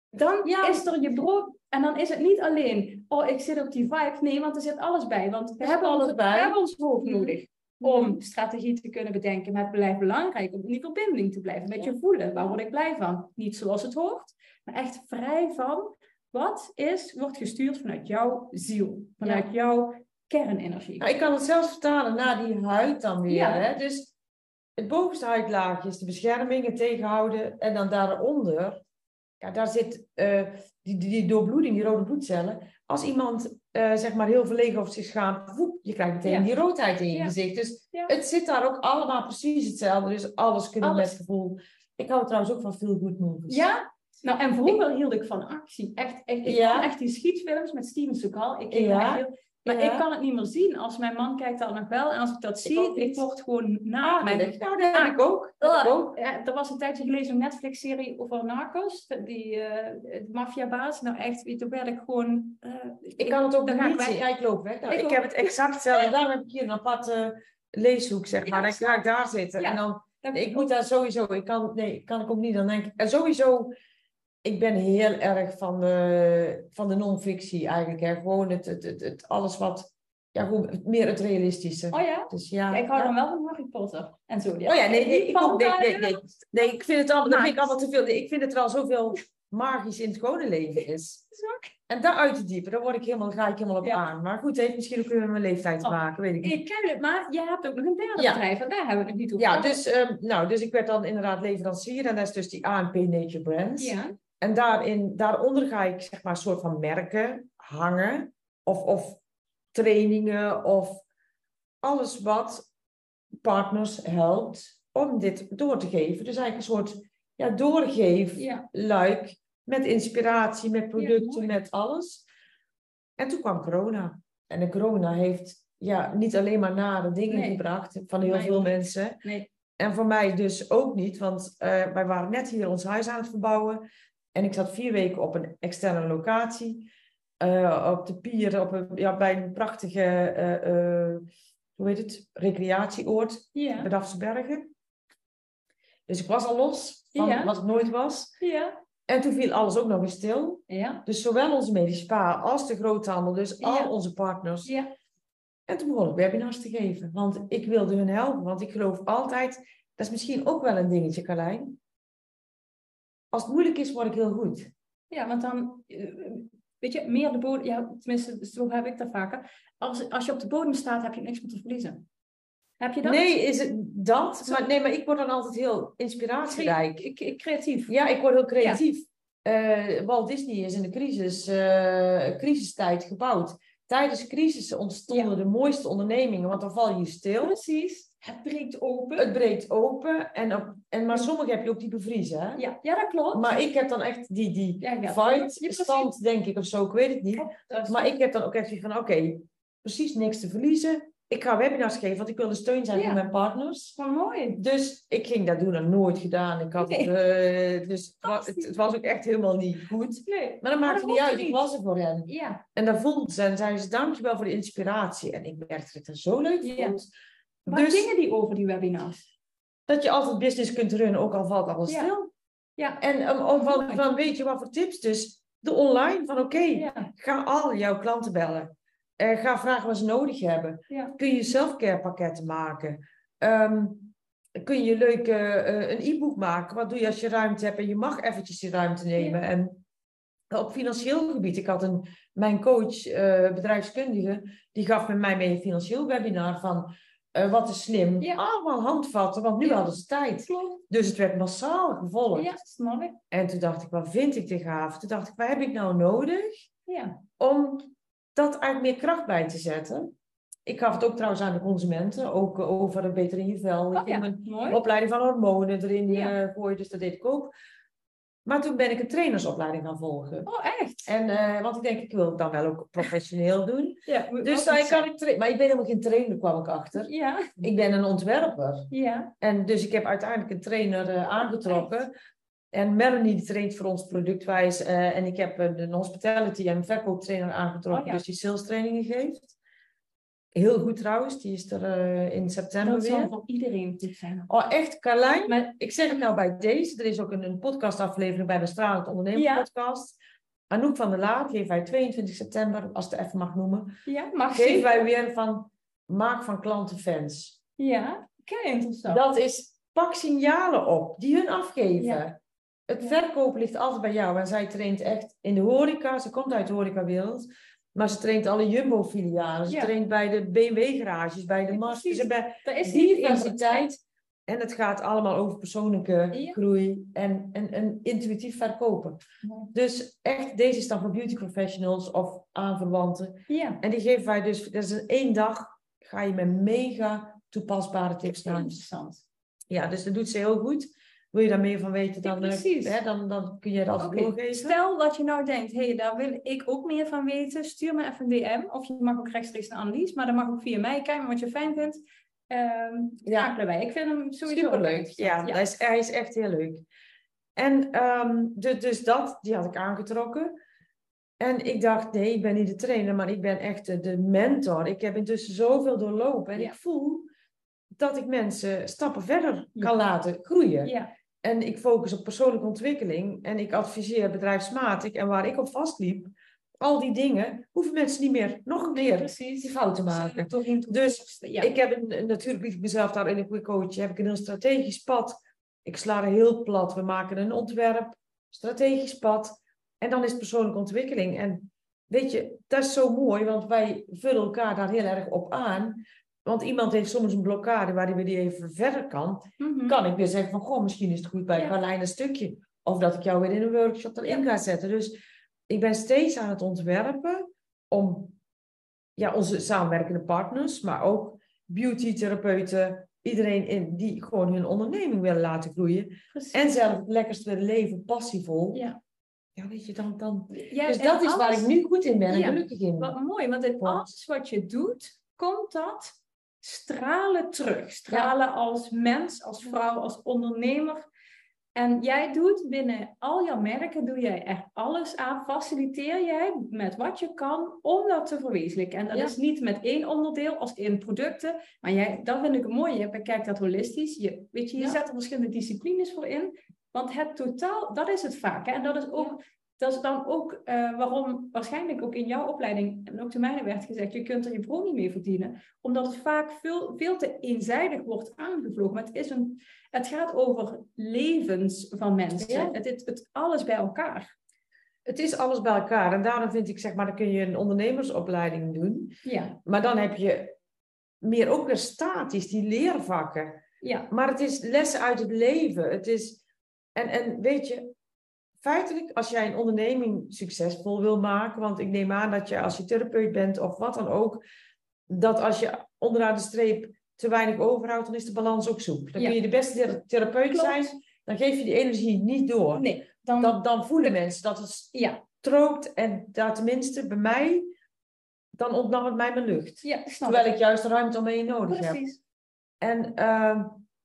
Dan Ja. is er je brood. En dan is het niet alleen, oh, ik zit op die vibe. Nee, want er zit alles bij. Want we Er hebben, zit alles ons, bij. we hebben ons hoofd Mhm. nodig om strategie te kunnen bedenken. Maar het blijft belangrijk om in die verbinding te blijven met Ja. je voelen. Waar word ik blij van? Niet zoals het hoort, maar echt vrij van wat is, wordt gestuurd vanuit jouw ziel. Vanuit Ja. jouw kernenergie. Nou, ik kan het zelfs vertalen naar die huid dan weer. Ja. Hè? Dus het bovenste huidlaagje is de bescherming, het tegenhouden. En dan daaronder, ja, daar zit eh, die, die, die doorbloeding, die rode bloedcellen. Als iemand eh, zeg maar heel verlegen of zich schaamt, woep, je krijgt meteen Ja. die roodheid in je Ja. gezicht. Dus Ja. het zit daar ook allemaal precies hetzelfde. Dus alles kunnen we Alles. met gevoel. Ik hou trouwens ook van feel good movies. Ja? Nou, en vroeger hield ik van actie. Echt, echt, ik Ja. kon echt die schietfilms met Steven Seagal. Ik keek Ja. er echt heel... Maar Ja. ik kan het niet meer zien. Als mijn man kijkt dat nog wel. En als ik dat zie, ook ik, niet. word gewoon na. Mijn... Akelig. Nou, dat heb ik ook. Dat heb ik ook. Ja, er was een tijdje geleden een Netflix-serie over Narcos. Die uh, maffiabaas. Nou echt, toen werd ik gewoon... Uh, Ik kan het ook dan ga ik niet weg. zien. Ja, ik loop weg. Nou, Ik ik ook. heb het exact hetzelfde. En daarom heb ik hier een aparte leeshoek, zeg maar. Ja, Dan ga ik daar zitten. Ja. En dan, Dat- ik moet daar sowieso... Ik kan, nee, kan ik ook niet. Dan denk ik... En sowieso... Ik ben heel erg van de, van de non-fictie eigenlijk. Hè. Gewoon het, het, het, het alles wat... Ja, gewoon meer het realistische. Oh ja? Dus ja. Ja, ik hou ja. dan wel van Harry Potter. En zo. Ja. Oh ja, nee, nee, ik ook, nee, nee, Valkuilen. nee. Nee, ik vind het allemaal, dat vind ik Nice. allemaal te veel. Nee, ik vind het er al zoveel magisch in het gewone leven is. Zo. En daaruit te diepen, daar word ik helemaal, ga ik helemaal op Ja. aan. Maar goed, het heeft misschien ook weer met mijn leeftijd te Oh, maken, weet ik niet. Ik ken het, maar je hebt ook nog een derde Ja. bedrijf. En daar hebben we het niet over. Ja, dus, um, nou, dus ik werd dan inderdaad leverancier. En dat is dus die A en P Nature Brands. Ja. En daarin, daaronder ga ik zeg maar een soort van merken hangen. Of, of trainingen of alles wat partners helpt om dit door te geven. Dus eigenlijk een soort ja, doorgeef Ja. luik met inspiratie, met producten, mooi. met alles. En toen kwam corona. En de corona heeft ja, niet alleen maar nare dingen Nee. gebracht van heel Nee. veel mensen. Nee. En voor mij dus ook niet, want uh, wij waren net hier ons huis aan het verbouwen. En ik zat vier weken op een externe locatie. Uh, op de pier, op een, ja, bij een prachtige uh, uh, hoe heet het? recreatieoord. Ja. Bij Dafse Bergen. Dus ik was al los van Ja. wat ik nooit was. Ja. En toen viel alles ook nog eens stil. Ja. Dus zowel onze medische spa als de groothandel, dus Ja. al onze partners. Ja. En toen begon ik webinars te geven. Want ik wilde hun helpen. Want ik geloof altijd, dat is misschien ook wel een dingetje, Carlijn. Als het moeilijk is, word ik heel goed. Ja, want dan, uh, weet je, meer de bodem, ja, tenminste, zo heb ik dat vaker. Als, als je op de bodem staat, heb je niks meer te verliezen. Heb je dat? Nee, is het dat? Zo. Maar, nee, maar ik word dan altijd heel inspiratierijk. Ik, ik, creatief. Ja, ik word heel creatief. Ja. Uh, Walt Disney is in de crisis, uh, crisistijd gebouwd. Tijdens crisis ontstonden ja. de mooiste ondernemingen, want dan val je stil. Precies. Het breekt open. Het breekt open. En op, en, maar sommige heb je ook die bevriezen. Hè? Ja. ja, dat klopt. Maar ik heb dan echt die, die ja, fight-stand, denk ik, of zo. Ik weet het niet. Ja, maar ik heb dan ook echt van, oké, okay, precies niks te verliezen. Ik ga webinars geven, want ik wil de steun zijn ja. voor mijn partners. Wat mooi. Dus ik ging dat doen, en nooit gedaan. Ik had, nee. uh, dus het was, het, het was ook echt helemaal niet goed. Nee. Maar dat maakte niet uit, niet. Ik was er voor hen. Ja. En dan voelden ze en zeiden ze, dankjewel voor de inspiratie. En ik merkte dat ik het zo leuk vond. Ja. Wat dus, gingen die over, die webinars? Dat je altijd business kunt runnen, ook al valt alles ja. stil. Ja. En um, om van, van, weet je wat voor tips? Dus de online, van oké, okay, ja. ga al jouw klanten bellen. Uh, ga vragen wat ze nodig hebben. Ja. Kun je selfcare pakketten maken? Um, kun je leuk uh, een e-book maken? Wat doe je als je ruimte hebt en je mag eventjes die ruimte nemen? Ja. En op financieel gebied, ik had een, mijn coach, uh, bedrijfskundige, die gaf met mij mee een financieel webinar van uh, wat is slim? Ja. Allemaal handvatten, want nu ja. hadden ze tijd. Klopt. Dus het werd massaal gevolgd. Ja, snap ik. En toen dacht ik, wat vind ik te gaaf? Toen dacht ik, wat heb ik nou nodig ja. om dat eigenlijk meer kracht bij te zetten? Ik gaf het ook trouwens aan de consumenten, ook over een beter in je vel. Oh, ik ging ja. een Mooi. opleiding van hormonen erin ja. uh, gooien, dus dat deed ik ook. Maar toen ben ik een trainersopleiding gaan volgen. Oh, echt? En, uh, want ik denk, ik wil het dan wel ook professioneel doen. Ja, dus dan kan ik trainen. Maar ik ben helemaal geen trainer, kwam ik achter. Ja. Ik ben een ontwerper. Ja. En dus ik heb uiteindelijk een trainer uh, aangetrokken. Echt? En Melanie die traint voor ons productwijs. Uh, en ik heb uh, een hospitality en een verkooptrainer aangetrokken. Oh, ja. Dus die sales trainingen geeft. Heel goed trouwens, die is er uh, in september dat weer. Dat zal voor iedereen goed zijn. Oh, echt, Carlijn? Maar, ik zeg het nou bij deze. Er is ook een, een podcastaflevering bij de Stralend Ondernemer ja. podcast. Anouk van der Laar geven wij tweeëntwintig september, als ik het even mag noemen. Ja, mag geven zeker. wij weer van, maak van klanten fans. Ja, kijk, interessant. Dat is, pak signalen op die hun afgeven. Ja. Het ja. verkopen ligt altijd bij jou. En zij traint echt in de horeca. Ze komt uit de horecawereld. Maar ze traint alle Jumbo-filialen. Ze ja. traint bij de B M W-garages, bij de Mars. Ze hebben diversiteit. En het gaat allemaal over persoonlijke ja. groei en, en, en intuïtief verkopen. Ja. Dus echt, deze is dan voor beauty professionals of aanverwanten. Ja. En die geven wij dus, dat is in één dag, ga je met mega toepasbare tips naar. Interessant. Ja, dus dat doet ze heel goed. Wil je daar meer van weten, dan, ja, uh, hè, dan, dan kun je dat okay. doorgeven. Stel dat je nou denkt, hé, hey, daar wil ik ook meer van weten. Stuur me even een D M. Of je mag ook rechtstreeks een Annelies. Maar dat mag ook via mij. Kijk maar wat je fijn vindt. Um, ja, erbij. Ik vind hem sowieso superleuk. Ja, ja. Hij, is, hij is echt heel leuk. En um, de, dus dat, die had ik aangetrokken. En ik dacht, nee, ik ben niet de trainer, maar ik ben echt de, de mentor. Ik heb intussen zoveel doorlopen. En ja. ik voel dat ik mensen stappen verder ja. kan laten groeien. Ja. En ik focus op persoonlijke ontwikkeling. En ik adviseer bedrijfsmatig. En waar ik op vastliep, al die dingen, hoeven mensen niet meer nog een keer Precies. die fouten te maken. Dus ja. ik heb een, natuurlijk liet ik mezelf daarin een coach. Heb ik een heel strategisch pad. Ik sla er heel plat. We maken een ontwerp, strategisch pad. En dan is persoonlijke ontwikkeling. En weet je, dat is zo mooi, want wij vullen elkaar daar heel erg op aan. Want iemand heeft soms een blokkade waar hij weer even verder kan. Mm-hmm. Kan ik weer zeggen van, goh, misschien is het goed bij ja. Carlijn een stukje. Of dat ik jou weer in een workshop erin ja. ga zetten. Dus ik ben steeds aan het ontwerpen om ja, onze samenwerkende partners, maar ook beauty-therapeuten, iedereen in, die gewoon hun onderneming willen laten groeien. Precies. En zelf het lekkerst willen leven, passievol. Ja. Ja, weet je, dan... dan... Ja, dus dat is alles... waar ik nu goed in ben en ja, gelukkig in. Wat mooi, want in alles wat je doet, komt dat stralen terug. Stralen ja. als mens, als vrouw, als ondernemer. En jij doet binnen al jouw merken, doe jij er alles aan. Faciliteer jij met wat je kan om dat te verwezenlijken. En dat ja. is niet met één onderdeel als in producten. Maar jij, dat vind ik mooi. Je bekijkt dat holistisch. Je, weet je, je ja. zet er verschillende disciplines voor in. Want het totaal, dat is het vaak. Hè? En dat is ook... Ja. Dat is dan ook uh, waarom waarschijnlijk ook in jouw opleiding, en ook te mijne werd gezegd, je kunt er je brood niet mee verdienen. Omdat het vaak veel, veel te eenzijdig wordt aangevlogen. Maar het, is een, het gaat over levens van mensen. Ja. Het, het, het alles bij elkaar. Het is alles bij elkaar. En daarom vind ik, zeg maar, dan kun je een ondernemersopleiding doen. Ja. Maar dan heb je meer ook weer statisch, die leervakken. Ja. Maar het is lessen uit het leven. Het is, en, en weet je... Feitelijk, als jij een onderneming succesvol wil maken, want ik neem aan dat je als je therapeut bent of wat dan ook, dat als je onderaan de streep te weinig overhoudt, dan is de balans ook zoek. Dan ja. kun je de beste therapeut Klopt. zijn, dan geef je die energie niet door. Nee, dan... Dan, dan voelen mensen dat het ja. strookt en daar tenminste bij mij, dan ontnam het mij mijn lucht. Ja, terwijl ik. ik juist de ruimte omheen nodig Precies. heb. En uh,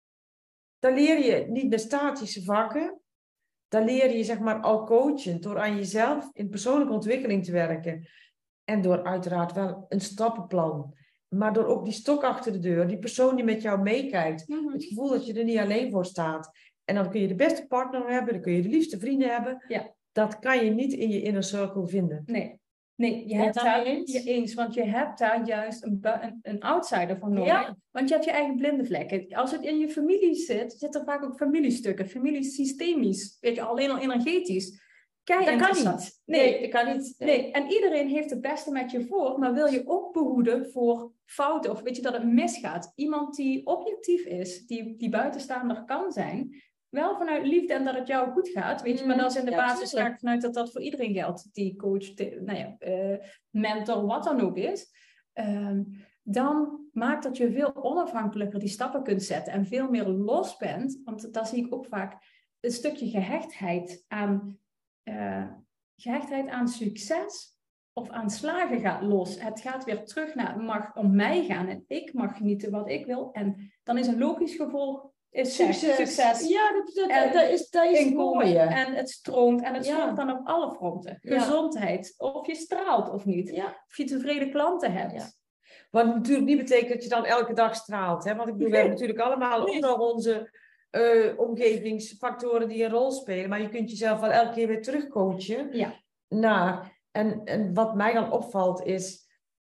dan leer je niet de statische vakken. Dan leer je zeg maar al coachen door aan jezelf in persoonlijke ontwikkeling te werken. En door uiteraard wel een stappenplan. Maar door ook die stok achter de deur, die persoon die met jou meekijkt. Mm-hmm. Het gevoel dat je er niet alleen voor staat. En dan kun je de beste partner hebben, dan kun je de liefste vrienden hebben. Ja. Dat kan je niet in je inner circle vinden. Nee. Nee, je hebt daar eens? Je eens, want je hebt daar juist een, een, een outsider voor nodig. Ja. Want je hebt je eigen blinde vlekken. Als het in je familie zit, zitten er vaak ook familiestukken, familiesystemisch, weet je, alleen al energetisch. Kei dat kan niet. Nee, nee, dat kan niet. Nee. nee, en iedereen heeft het beste met je voor, maar wil je ook behoeden voor fouten of weet je dat het misgaat. Iemand die objectief is, die, die buitenstaander kan zijn, wel vanuit liefde en dat het jou goed gaat, weet je, maar dat is in de ja, basis ga ik vanuit dat dat voor iedereen geldt, die coach, die, nou ja, uh, mentor, wat dan ook is. Um, dan maakt dat je veel onafhankelijker die stappen kunt zetten en veel meer los bent, want daar zie ik ook vaak een stukje gehechtheid aan, uh, gehechtheid aan succes of aan slagen gaat los. Het gaat weer terug naar, het mag om mij gaan en ik mag genieten wat ik wil en dan is een logisch gevolg is succes. succes. Ja, dat, dat, en, dat is, dat is mooi. En het stroomt. En het stroomt ja. dan op alle fronten. Ja. Gezondheid. Of je straalt of niet. Ja. Of je tevreden klanten hebt. Ja. Wat natuurlijk niet betekent dat je dan elke dag straalt. Hè? Want ik bedoel, we hebben natuurlijk allemaal ook nog onze uh, omgevingsfactoren die een rol spelen. Maar je kunt jezelf wel elke keer weer terugcoachen. Ja. Naar. En, en wat mij dan opvalt is...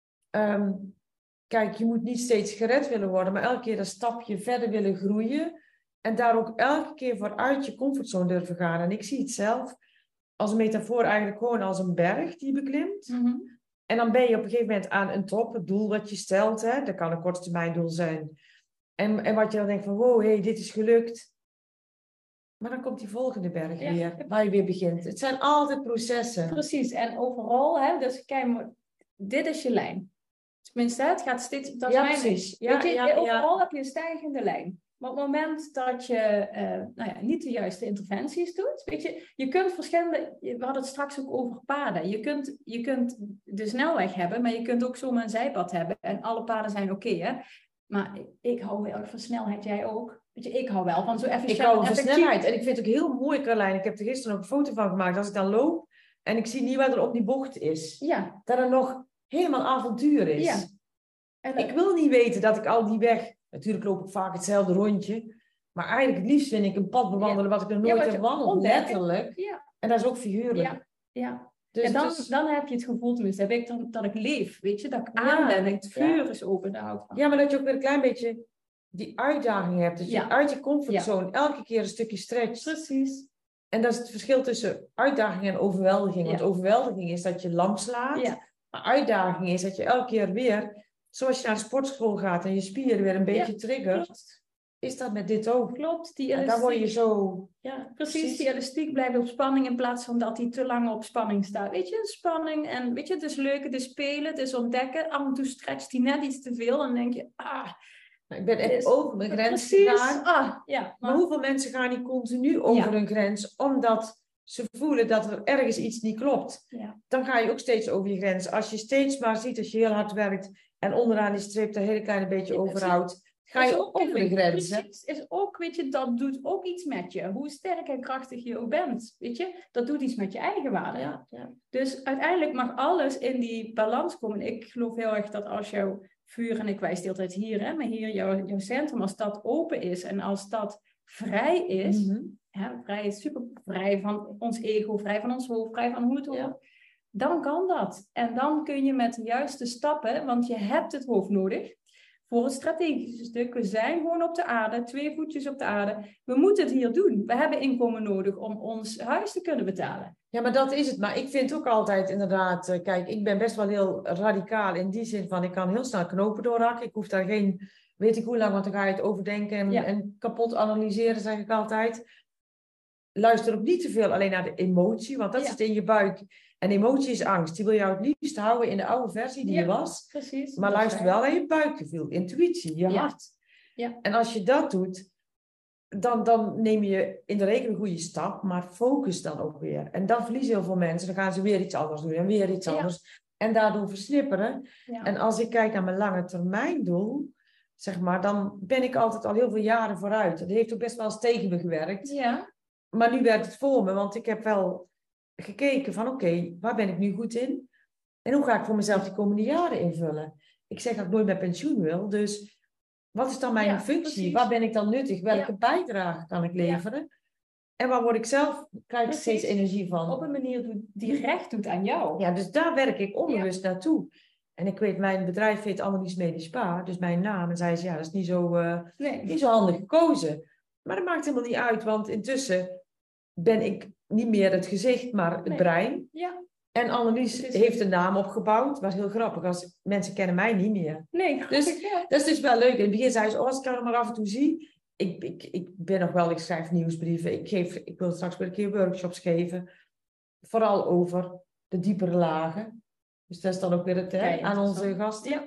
Um, kijk, je moet niet steeds gered willen worden. Maar elke keer een stapje verder willen groeien. En daar ook elke keer vooruit je comfortzone durven gaan. En ik zie het zelf als een metafoor eigenlijk gewoon als een berg die je beklimt. Mm-hmm. En dan ben je op een gegeven moment aan een top, het doel wat je stelt. Hè? Dat kan een korttermijndoel zijn. En, en wat je dan denkt van, wow, hey, dit is gelukt. Maar dan komt die volgende berg ja. weer, waar je weer begint. Het zijn altijd processen. Precies, en overal, hè, dus kijk, dit is je lijn. Tenminste, het gaat steeds, dat is ja, mijn precies. Ja, Weet je, ja, overal ja. heb je een stijgende lijn. Maar op het moment dat je uh, nou ja, niet de juiste interventies doet, weet je, je kunt verschillende, we hadden het straks ook over paden. Je kunt, je kunt de snelweg hebben, maar je kunt ook zomaar een zijpad hebben. En alle paden zijn oké, okay, hè. Maar ik, ik hou heel erg van snelheid, jij ook. Weet je, ik hou wel van zo efficiënt. Ik hou van snelheid. En ik vind het ook heel mooi, Carlijn. Ik heb er gisteren ook een foto van gemaakt. Als ik dan loop en ik zie niet wat er op die bocht is. Ja. Dat er nog helemaal avontuur is. Ja. En ik wil niet weten dat ik al die weg... Natuurlijk loop ik vaak hetzelfde rondje. Maar eigenlijk het liefst vind ik een pad bewandelen... Ja. wat ik nog nooit ja, heb bewandeld. Letterlijk. Ja. En dat is ook figuurlijk. Ja. Ja. Dus, en dan, dus... dan heb je het gevoel, tenminste, heb ik dan, dat ik leef, weet je, dat ik aan ben, en het vuur ja. is open, daar hou ik van. Ja, maar dat je ook weer een klein beetje die uitdaging hebt, dat je ja. uit je comfortzone ja. elke keer een stukje stretcht. Precies. En dat is het verschil tussen uitdaging en overweldiging. Want ja. overweldiging is dat je lam slaat, ja. maar uitdaging is dat je elke keer weer, zoals je naar de sportschool gaat en je spieren weer een beetje ja. triggert. Klopt. Is dat met dit ook? Klopt, die elastiek. En dan word je zo... Ja, precies, precies, die elastiek blijft op spanning in plaats van dat die te lang op spanning staat. Weet je, spanning en weet je, het is leuk, het is spelen, het is ontdekken. Af en toe stretcht die net iets te veel en denk je, ah... Nou, ik ben echt is, over mijn grens gegaan. Ah, ja, maar... maar hoeveel mensen gaan niet continu over ja. hun grens, omdat ze voelen dat er ergens iets niet klopt. Ja. Dan ga je ook steeds over je grens. Als je steeds maar ziet, als je heel hard werkt en onderaan die streep er een hele kleine beetje ja, overhoudt... Ga je ook over de grenzen. Precies, is ook, weet je, dat doet ook iets met je. Hoe sterk en krachtig je ook bent, weet je. Dat doet iets met je eigen waarde. Ja, ja. Dus uiteindelijk mag alles in die balans komen. Ik geloof heel erg dat als jouw vuur, en ik wijs de hele tijd hier, hè, maar hier jouw, jouw centrum, als dat open is en als dat vrij is, mm-hmm. hè, vrij is super vrij van ons ego, vrij van ons hoofd, vrij van hoe het hoort, ja. dan kan dat. En dan kun je met de juiste stappen, want je hebt het hoofd nodig, voor het strategische stuk. We zijn gewoon op de aarde, twee voetjes op de aarde. We moeten het hier doen. We hebben inkomen nodig om ons huis te kunnen betalen. Ja, maar dat is het. Maar ik vind ook altijd inderdaad... Uh, kijk, ik ben best wel heel radicaal in die zin van... ik kan heel snel knopen doorhakken. Ik hoef daar geen... weet ik hoe lang, want dan ga je het overdenken en, ja. en kapot analyseren, zeg ik altijd. Luister ook niet te veel alleen naar de emotie, want dat ja. zit in je buik. En emotie is angst. Die wil jou het liefst houden in de oude versie die ja, je was. Precies. Maar luister wel naar je buikgevoel, intuïtie, je ja. hart. Ja. En als je dat doet, dan, dan neem je in de regel een goede stap, maar focus dan ook weer. En dan verliezen heel veel mensen. Dan gaan ze weer iets anders doen en weer iets ja. anders. En daardoor versnipperen. Ja. En als ik kijk naar mijn lange termijn doel, zeg maar, dan ben ik altijd al heel veel jaren vooruit. Dat heeft ook best wel eens tegen me gewerkt. Ja. Maar nu werkt het voor me, want ik heb wel gekeken van oké, okay, waar ben ik nu goed in? En hoe ga ik voor mezelf die komende jaren invullen? Ik zeg dat ik nooit met pensioen wil, dus wat is dan mijn ja, functie? precies. Waar ben ik dan nuttig? Welke ja. bijdrage kan ik leveren? Ja. En waar word ik zelf, krijg ik steeds energie van? Op een manier die recht doet aan jou. Ja, dus daar werk ik onbewust ja. naartoe. En ik weet, mijn bedrijf heet Annelies Medisch Spa, dus mijn naam. En zei ze, ja, dat is niet zo, uh, nee. niet zo handig gekozen. Maar dat maakt helemaal niet uit, want intussen ben ik niet meer het gezicht, maar het nee. brein. Ja. En Annelies is... heeft een naam opgebouwd. Was heel grappig, als mensen kennen mij niet meer. Nee, dus ja. dat is dus wel leuk. In het begin zei ze, oh, als ik haar maar af en toe zie. Ik, ik, ik ben nog wel, ik schrijf nieuwsbrieven. Ik, geef, ik wil straks weer een keer workshops geven. Vooral over de diepere lagen. Dus dat is dan ook weer het hè, aan onze gasten. Ja.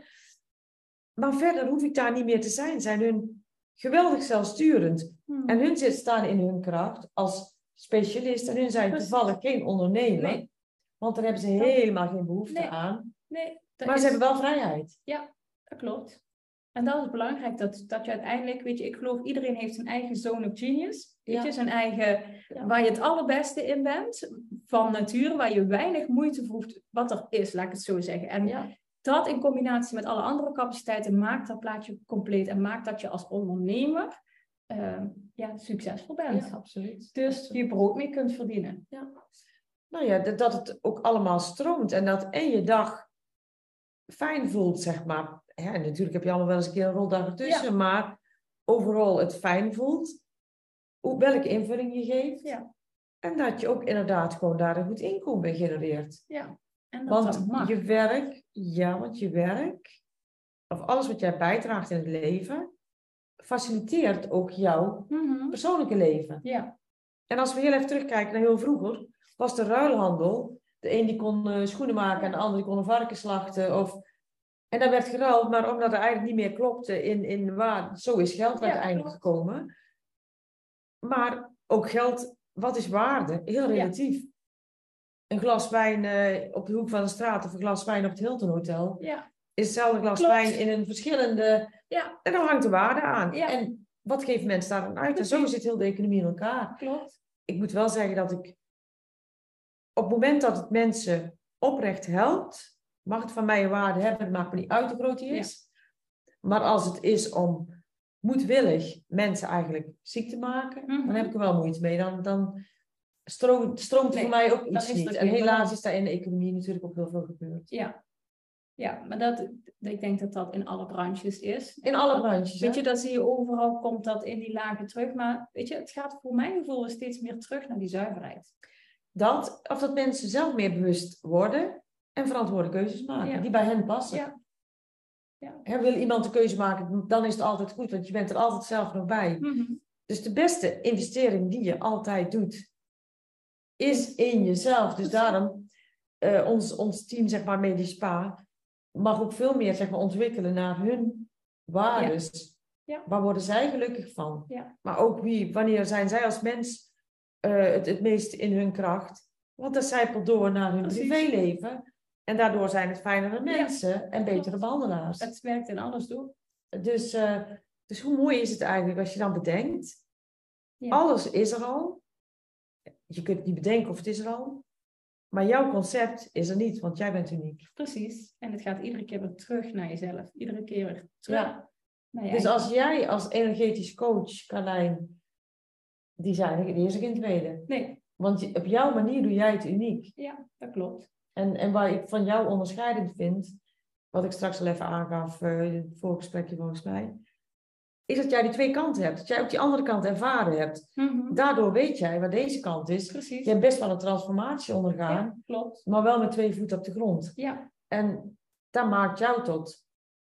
Maar verder hoef ik daar niet meer te zijn. Zijn hun geweldig zelfsturend. Hmm. En hun zit staan in hun kracht als specialist. En hun zijn Precies. toevallig geen ondernemer. Nee. Want daar hebben ze helemaal geen behoefte nee. aan. Nee, maar is... ze hebben wel vrijheid. Ja, dat klopt. En dat is belangrijk. Dat, dat je uiteindelijk, weet je, ik geloof iedereen heeft zijn eigen zone of genius. Weet ja. je, zijn eigen, ja. waar je het allerbeste in bent. Van nature, waar je weinig moeite voor hoeft, wat er is, laat ik het zo zeggen. En ja. dat in combinatie met alle andere capaciteiten maakt dat plaatje compleet. En maakt dat je als ondernemer uh, ja, succesvol bent. Ja, absoluut. Dus absoluut. je brood mee kunt verdienen. Ja. Nou ja, dat, dat het ook allemaal stroomt. En dat en je dag fijn voelt, zeg maar. Ja, en natuurlijk heb je allemaal wel eens een keer een roldag ertussen. Ja. Maar overal het fijn voelt. Welke invulling je geeft. Ja. En dat je ook inderdaad gewoon daar een goed inkomen genereert. Ja. En dat want mag. je werk, ja, want je werk, of alles wat jij bijdraagt in het leven, faciliteert ook jouw mm-hmm. persoonlijke leven. Ja. En als we heel even terugkijken naar heel vroeger, was de ruilhandel. De een die kon uh, schoenen maken en de ander die kon een varken slachten. Of... En dat werd geruild, maar omdat het eigenlijk niet meer klopte in, in waar, zo is geld ja, uiteindelijk klopt. gekomen. Maar ook geld, wat is waarde? Heel relatief. Ja. Een glas wijn uh, op de hoek van de straat of een glas wijn op het Hilton Hotel. Ja. Is hetzelfde glas Klopt. wijn in een verschillende... Ja. En dan hangt de waarde aan. Ja. En wat geven mensen daar dan uit? En zo zit heel de economie in elkaar. Klopt. Ik moet wel zeggen dat ik... Op het moment dat het mensen oprecht helpt... Mag het van mij een waarde hebben. Het maakt me niet uit hoe groot die is. Ja. Maar als het is om moedwillig mensen eigenlijk ziek te maken... Mm-hmm. Dan heb ik er wel moeite mee. Dan... dan Stroomt, stroomt nee, voor mij ook iets niet. En helaas is daar in de economie natuurlijk ook heel veel gebeurd. Ja, ja, maar dat, ik denk dat dat in alle branches is. In alle branches, Weet je, dat zie je overal, komt dat in die lagen terug. Maar weet je, het gaat voor mijn gevoel steeds meer terug naar die zuiverheid. Dat, of dat mensen zelf meer bewust worden en verantwoorde keuzes maken. Ja. Die bij hen passen. Ja. Ja. He, wil iemand een keuze maken, dan is het altijd goed. Want je bent er altijd zelf nog bij. Mm-hmm. Dus de beste investering die je altijd doet... is in jezelf. Dus daarom, uh, ons, ons team, zeg maar, Medispa, mag ook veel meer, zeg maar, ontwikkelen naar hun waardes. Ja. Ja. Waar worden zij gelukkig van? Ja. Maar ook wie, wanneer zijn zij als mens uh, het, het meest in hun kracht? Want dat zijpelt door naar hun Precies. privéleven. En daardoor zijn het fijnere mensen ja. en betere behandelaars. Het werkt in alles door. Dus, uh, dus hoe mooi is het eigenlijk als je dan bedenkt? Ja. Alles is er al. Je kunt niet bedenken of het is er al. Maar jouw concept is er niet, want jij bent uniek. Precies. En het gaat iedere keer weer terug naar jezelf. Iedere keer weer terug ja. naar je Dus eigen. als jij als energetisch coach, Carlijn, die zijn er de eerste geen tweede. Nee. Want op jouw manier doe jij het uniek. Ja, dat klopt. En, en waar ik van jou onderscheidend vind, wat ik straks al even aangaf uh, in het voorgesprekje volgens mij, is dat jij die twee kanten hebt. Dat jij ook die andere kant ervaren hebt. Mm-hmm. Daardoor weet jij waar deze kant is. Precies. Je hebt best wel een transformatie ondergaan. Ja, klopt. Maar wel met twee voeten op de grond. Ja. En dat maakt jou tot...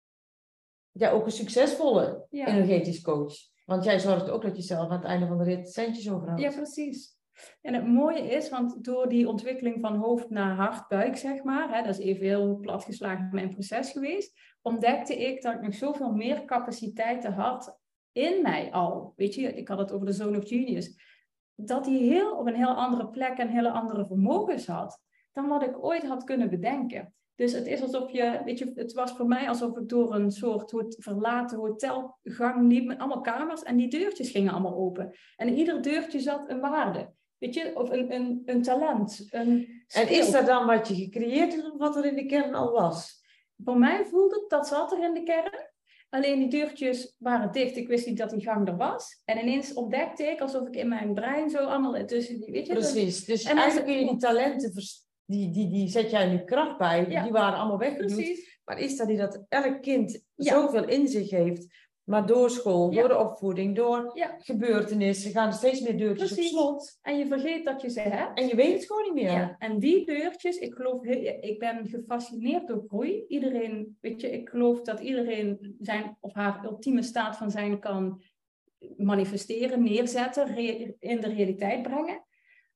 Ja, ook een succesvolle ja. energetisch coach. Want jij zorgt ook dat je zelf aan het einde van de rit centjes overhoudt. Ja, precies. En het mooie is, want door die ontwikkeling van hoofd naar hart, buik, zeg maar, hè, dat is even heel platgeslagen mijn proces geweest, ontdekte ik dat ik nog zoveel meer capaciteiten had in mij al. Weet je, ik had het over de Zone of Genius. Dat die heel op een heel andere plek en hele andere vermogens had dan wat ik ooit had kunnen bedenken. Dus het is alsof je, weet je, het was voor mij alsof ik door een soort hot, verlaten hotelgang liep met allemaal kamers en die deurtjes gingen allemaal open. En in ieder deurtje zat een waarde. Weet je, of een, een, een talent. Een en is dat dan wat je gecreëerd hebt of wat er in de kern al was? Voor mij voelde het, dat zat er in de kern. Alleen die deurtjes waren dicht. Ik wist niet dat die gang er was. En ineens ontdekte ik alsof ik in mijn brein zo allemaal tussen die, weet je. Precies. Dus en eigenlijk kun je die talenten, die, die, die zet jij nu kracht bij. Ja. Die waren allemaal weggeduwd. Precies. Maar is dat niet dat elk kind ja. zoveel in zich heeft? Maar door school, ja. door de opvoeding, door ja. gebeurtenissen gaan er steeds meer deurtjes Precies. op slot. En je vergeet dat je ze hebt. En je weet het gewoon niet meer. Ja. En die deurtjes, ik geloof, ik ben gefascineerd door groei. Iedereen, weet je, ik geloof dat iedereen zijn of haar ultieme staat van zijn kan manifesteren, neerzetten, re- in de realiteit brengen.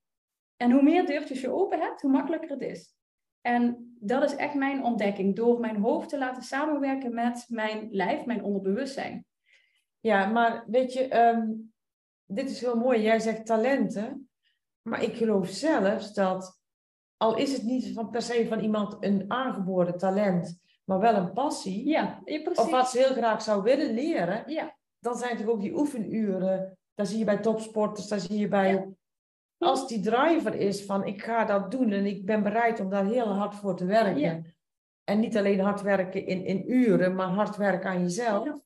En hoe meer deurtjes je open hebt, hoe makkelijker het is. En dat is echt mijn ontdekking. Door mijn hoofd te laten samenwerken met mijn lijf, mijn onderbewustzijn. Ja, maar weet je, um, dit is heel mooi. Jij zegt talenten. Maar ik geloof zelfs dat, al is het niet van per se van iemand een aangeboren talent, maar wel een passie. Ja, precies. Of wat ze heel graag zou willen leren. Ja. Dan zijn het ook die oefenuren. Daar zie je bij topsporters, daar zie je bij... Ja. Als die driver is van ik ga dat doen en ik ben bereid om daar heel hard voor te werken. Ja. en niet alleen hard werken in, in uren, maar hard werken aan jezelf, Ja.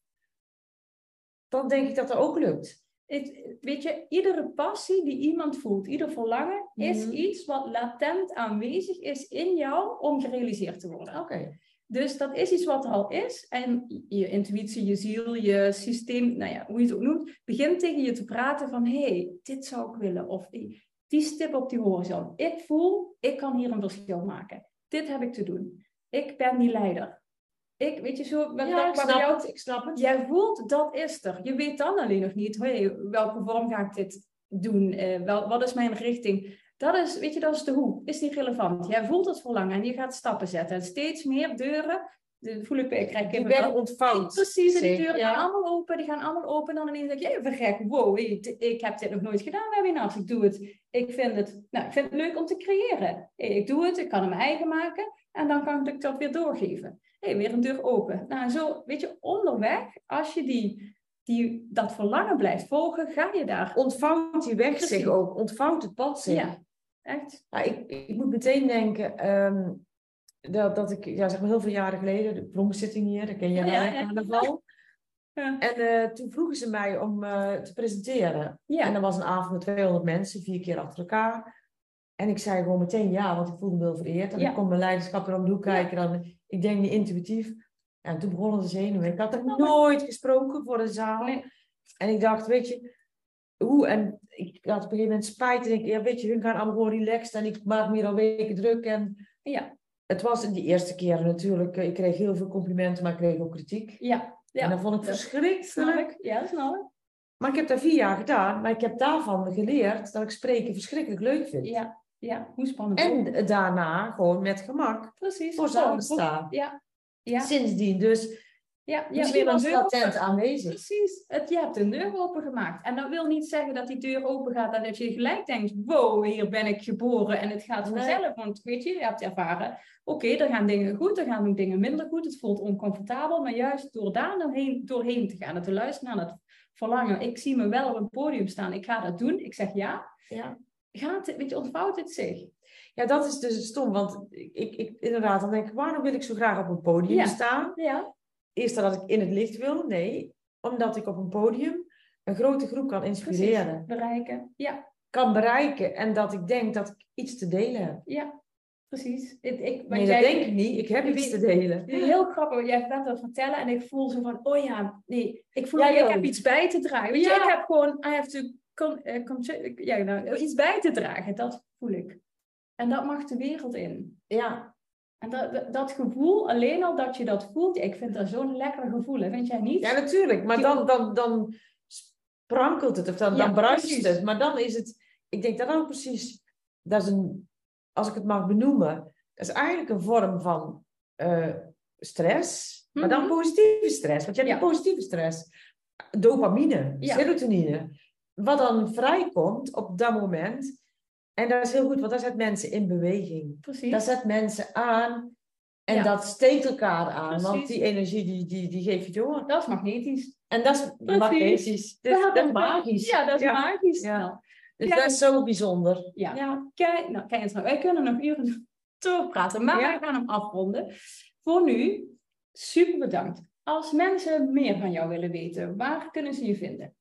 dan denk ik dat dat ook lukt. Het, weet je, iedere passie die iemand voelt, ieder verlangen, is Mhm. iets wat latent aanwezig is in jou om gerealiseerd te worden. Oké. Okay. Dus dat is iets wat er al is. En je intuïtie, je ziel, je systeem, nou ja, hoe je het ook noemt, begint tegen je te praten van, hé, hey, dit zou ik willen. Of die, die stip op die horizon. Ik voel, ik kan hier een verschil maken. Dit heb ik te doen. Ik ben die leider. Ik, weet je zo, wat, Ja, dat, ik snap jou, het, ik snap het. Jij voelt, dat is er. Je weet dan alleen nog niet, hey, welke vorm ga ik dit doen? Uh, wel, wat is mijn richting? Dat is, weet je, dat is de hoe. Is niet relevant. Jij voelt het verlangen en je gaat stappen zetten. En steeds meer deuren, de, voel ik, ik krijg die werden ontvouwd. Precies, en die deuren ja. gaan allemaal open. Die gaan allemaal open. En dan ineens denk je, even gek, wow, ik, ik heb dit nog nooit gedaan, webinars. Ik doe het. Ik vind het, nou, ik vind het leuk om te creëren. Hey, ik doe het, ik kan het mijn eigen maken. En dan kan ik dat weer doorgeven. Hey, weer een deur open. Nou, zo, weet je, onderweg, als je die, die, dat verlangen blijft volgen, ga je daar. Ontvouwt die weg zich ook. Ontvouwt het pad zich. Ja, echt. Ja, ik, ik moet meteen denken um, dat, dat ik, ja, zeg maar heel veel jaren geleden, de pronkzitting hier, dat ken jij wel, ja, ja, ja. carnaval. Ja. En uh, toen vroegen ze mij om uh, te presenteren. Ja. En dat was een avond met tweehonderd mensen, vier keer achter elkaar. En ik zei gewoon meteen ja, want ik voelde me heel vereerd. En ja. dan kon mijn leiderschap er om de hoek kijken. Ja. Dan, ik denk niet intuïtief. En toen begonnen de zenuwen. Ik had er nooit gesproken voor de zaal. Nee. En ik dacht, weet je, hoe? En ik had op een gegeven moment spijt. En ik, ja, weet je, hun gaan allemaal gewoon relaxed. En ik maak me hier al weken druk. En ja. het was in die eerste keer natuurlijk. Ik kreeg heel veel complimenten, maar ik kreeg ook kritiek. Ja. Ja. En dat vond ik dat verschrikkelijk. Snap ik. Ja, dat snap ik. Maar ik heb daar vier jaar gedaan. Maar ik heb daarvan geleerd dat ik spreken verschrikkelijk leuk vind. Ja. Ja, hoe spannend. En ook. Daarna gewoon met gemak Precies. voor zalen staan. Ja. Ja. Sindsdien dus. Ja, je misschien hebt was een deur latent open. aanwezig. Precies. Het, je hebt een deur open gemaakt. En dat wil niet zeggen dat die deur open gaat en dat je gelijk denkt, wow, hier ben ik geboren en het gaat vanzelf. Nee. Want weet je, je hebt ervaren, oké, okay, er gaan dingen goed, er gaan ook dingen minder goed. Het voelt oncomfortabel, maar juist door daar doorheen, doorheen te gaan en te luisteren naar het verlangen. Ik zie me wel op een podium staan, ik ga dat doen. Ik zeg ja. Ja. Gaat het, weet je, ontvouwt het zich. Ja, dat is dus stom, want ik, ik inderdaad, dan denk ik, waarom wil ik zo graag op een podium ja. staan? Ja. Is dat dat ik in het licht wil? Nee, omdat ik op een podium een grote groep kan inspireren. Precies. Bereiken, ja. Kan bereiken en dat ik denk dat ik iets te delen heb. Ja, precies. Ik, ik, nee, jij, dat denk ik niet. Ik heb iets te delen. Heel grappig, jij bent het vertellen en ik voel zo van, oh ja, nee, ik voel, ja, ik heb iets bij te dragen. Weet ja. je, ik heb gewoon, I have to, con, uh, con, ja, nou, iets bij te dragen, dat voel ik. En dat mag de wereld in. Ja. En dat, dat, dat gevoel, alleen al dat je dat voelt, ik vind dat zo'n lekker gevoel, hè? Vind jij niet? Ja, natuurlijk. Maar dan, dan, dan sprankelt het of dan, ja, dan bruist precies. het. Maar dan is het, ik denk dat ook precies, dat is een, als ik het mag benoemen, dat is eigenlijk een vorm van uh, stress, mm-hmm. maar dan positieve stress. Want je hebt ja. positieve stress. Dopamine, ja. serotonine. Wat dan vrijkomt op dat moment. En dat is heel goed, want dat zet mensen in beweging. Precies. Dat zet mensen aan en ja. dat steekt elkaar aan. Precies. Want die energie, die, die, die geef je door. Dat is magnetisch. En dat is Precies. magnetisch. Dus, dat, dat is magisch. Ja, dat is ja. magisch. Ja. Nou, dus ja. dat is zo bijzonder. Ja. ja. Kijk, nou, kijk eens, wij kunnen nog uren doorpraten, maar ja. wij gaan hem afronden. Voor nu, super bedankt. Als mensen meer van jou willen weten, waar kunnen ze je vinden?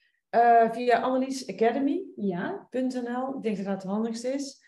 Uh, via Annelies Academy ja. punt n l. Ik denk dat dat het handigste is.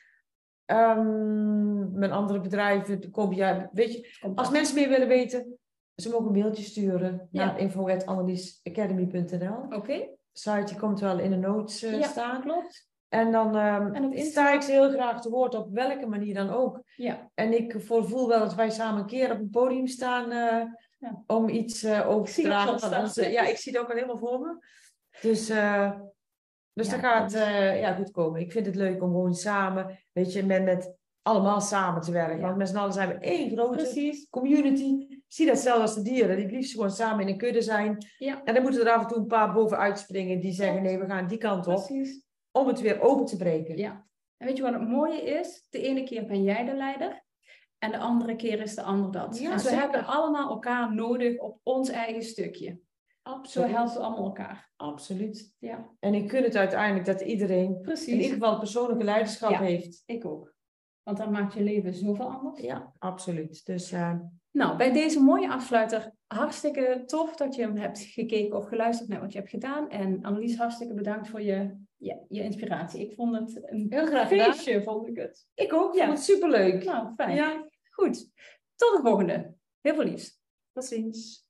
Um, mijn andere bedrijven, kom, ja, weet je, als mensen meer willen weten, ze mogen een mailtje sturen ja. naar info at annelies academy punt n l. Oké. Okay. Site komt wel in de notes uh, ja, staan. Klopt. En dan um, en sta ik ze heel graag te woord op welke manier dan ook. Ja. En ik voel wel dat wij samen een keer op een podium staan uh, ja. om iets uh, over te dragen van ons. Uh, ja, ik zie het ook al helemaal voor me. Dus, uh, dus ja, dat gaat uh, ja, goed komen. Ik vind het leuk om gewoon samen, weet je, met, met allemaal samen te werken. Ja. Want met z'n allen zijn we één grote Precies. community. Zie dat zelfs als de dieren, die het liefst gewoon samen in een kudde zijn. Ja. En dan moeten er af en toe een paar bovenuit springen die zeggen, nee, we gaan die kant op. Precies. Om het weer open te breken. Ja. En weet je wat het mooie is? De ene keer ben jij de leider. En de andere keer is de ander dat. Ja, en we hebben allemaal elkaar nodig op ons eigen stukje. Absoluut. Zo helpen we allemaal elkaar. Absoluut. Ja. En ik gun het uiteindelijk dat iedereen Precies. in ieder geval persoonlijke leiderschap ja, heeft. Ik ook. Want dan maakt je leven zoveel anders. Ja, absoluut. Dus, uh... Nou, bij deze mooie afsluiter, hartstikke tof dat je hem hebt gekeken of geluisterd naar wat je hebt gedaan. En Annelies, hartstikke bedankt voor je, ja, je inspiratie. Ik vond het een heel graag feestje, gedaan. vond ik het. Ik ook, ja. vond het superleuk. Nou, fijn. Ja. Goed, tot de volgende. Heel veel liefs. Tot ziens.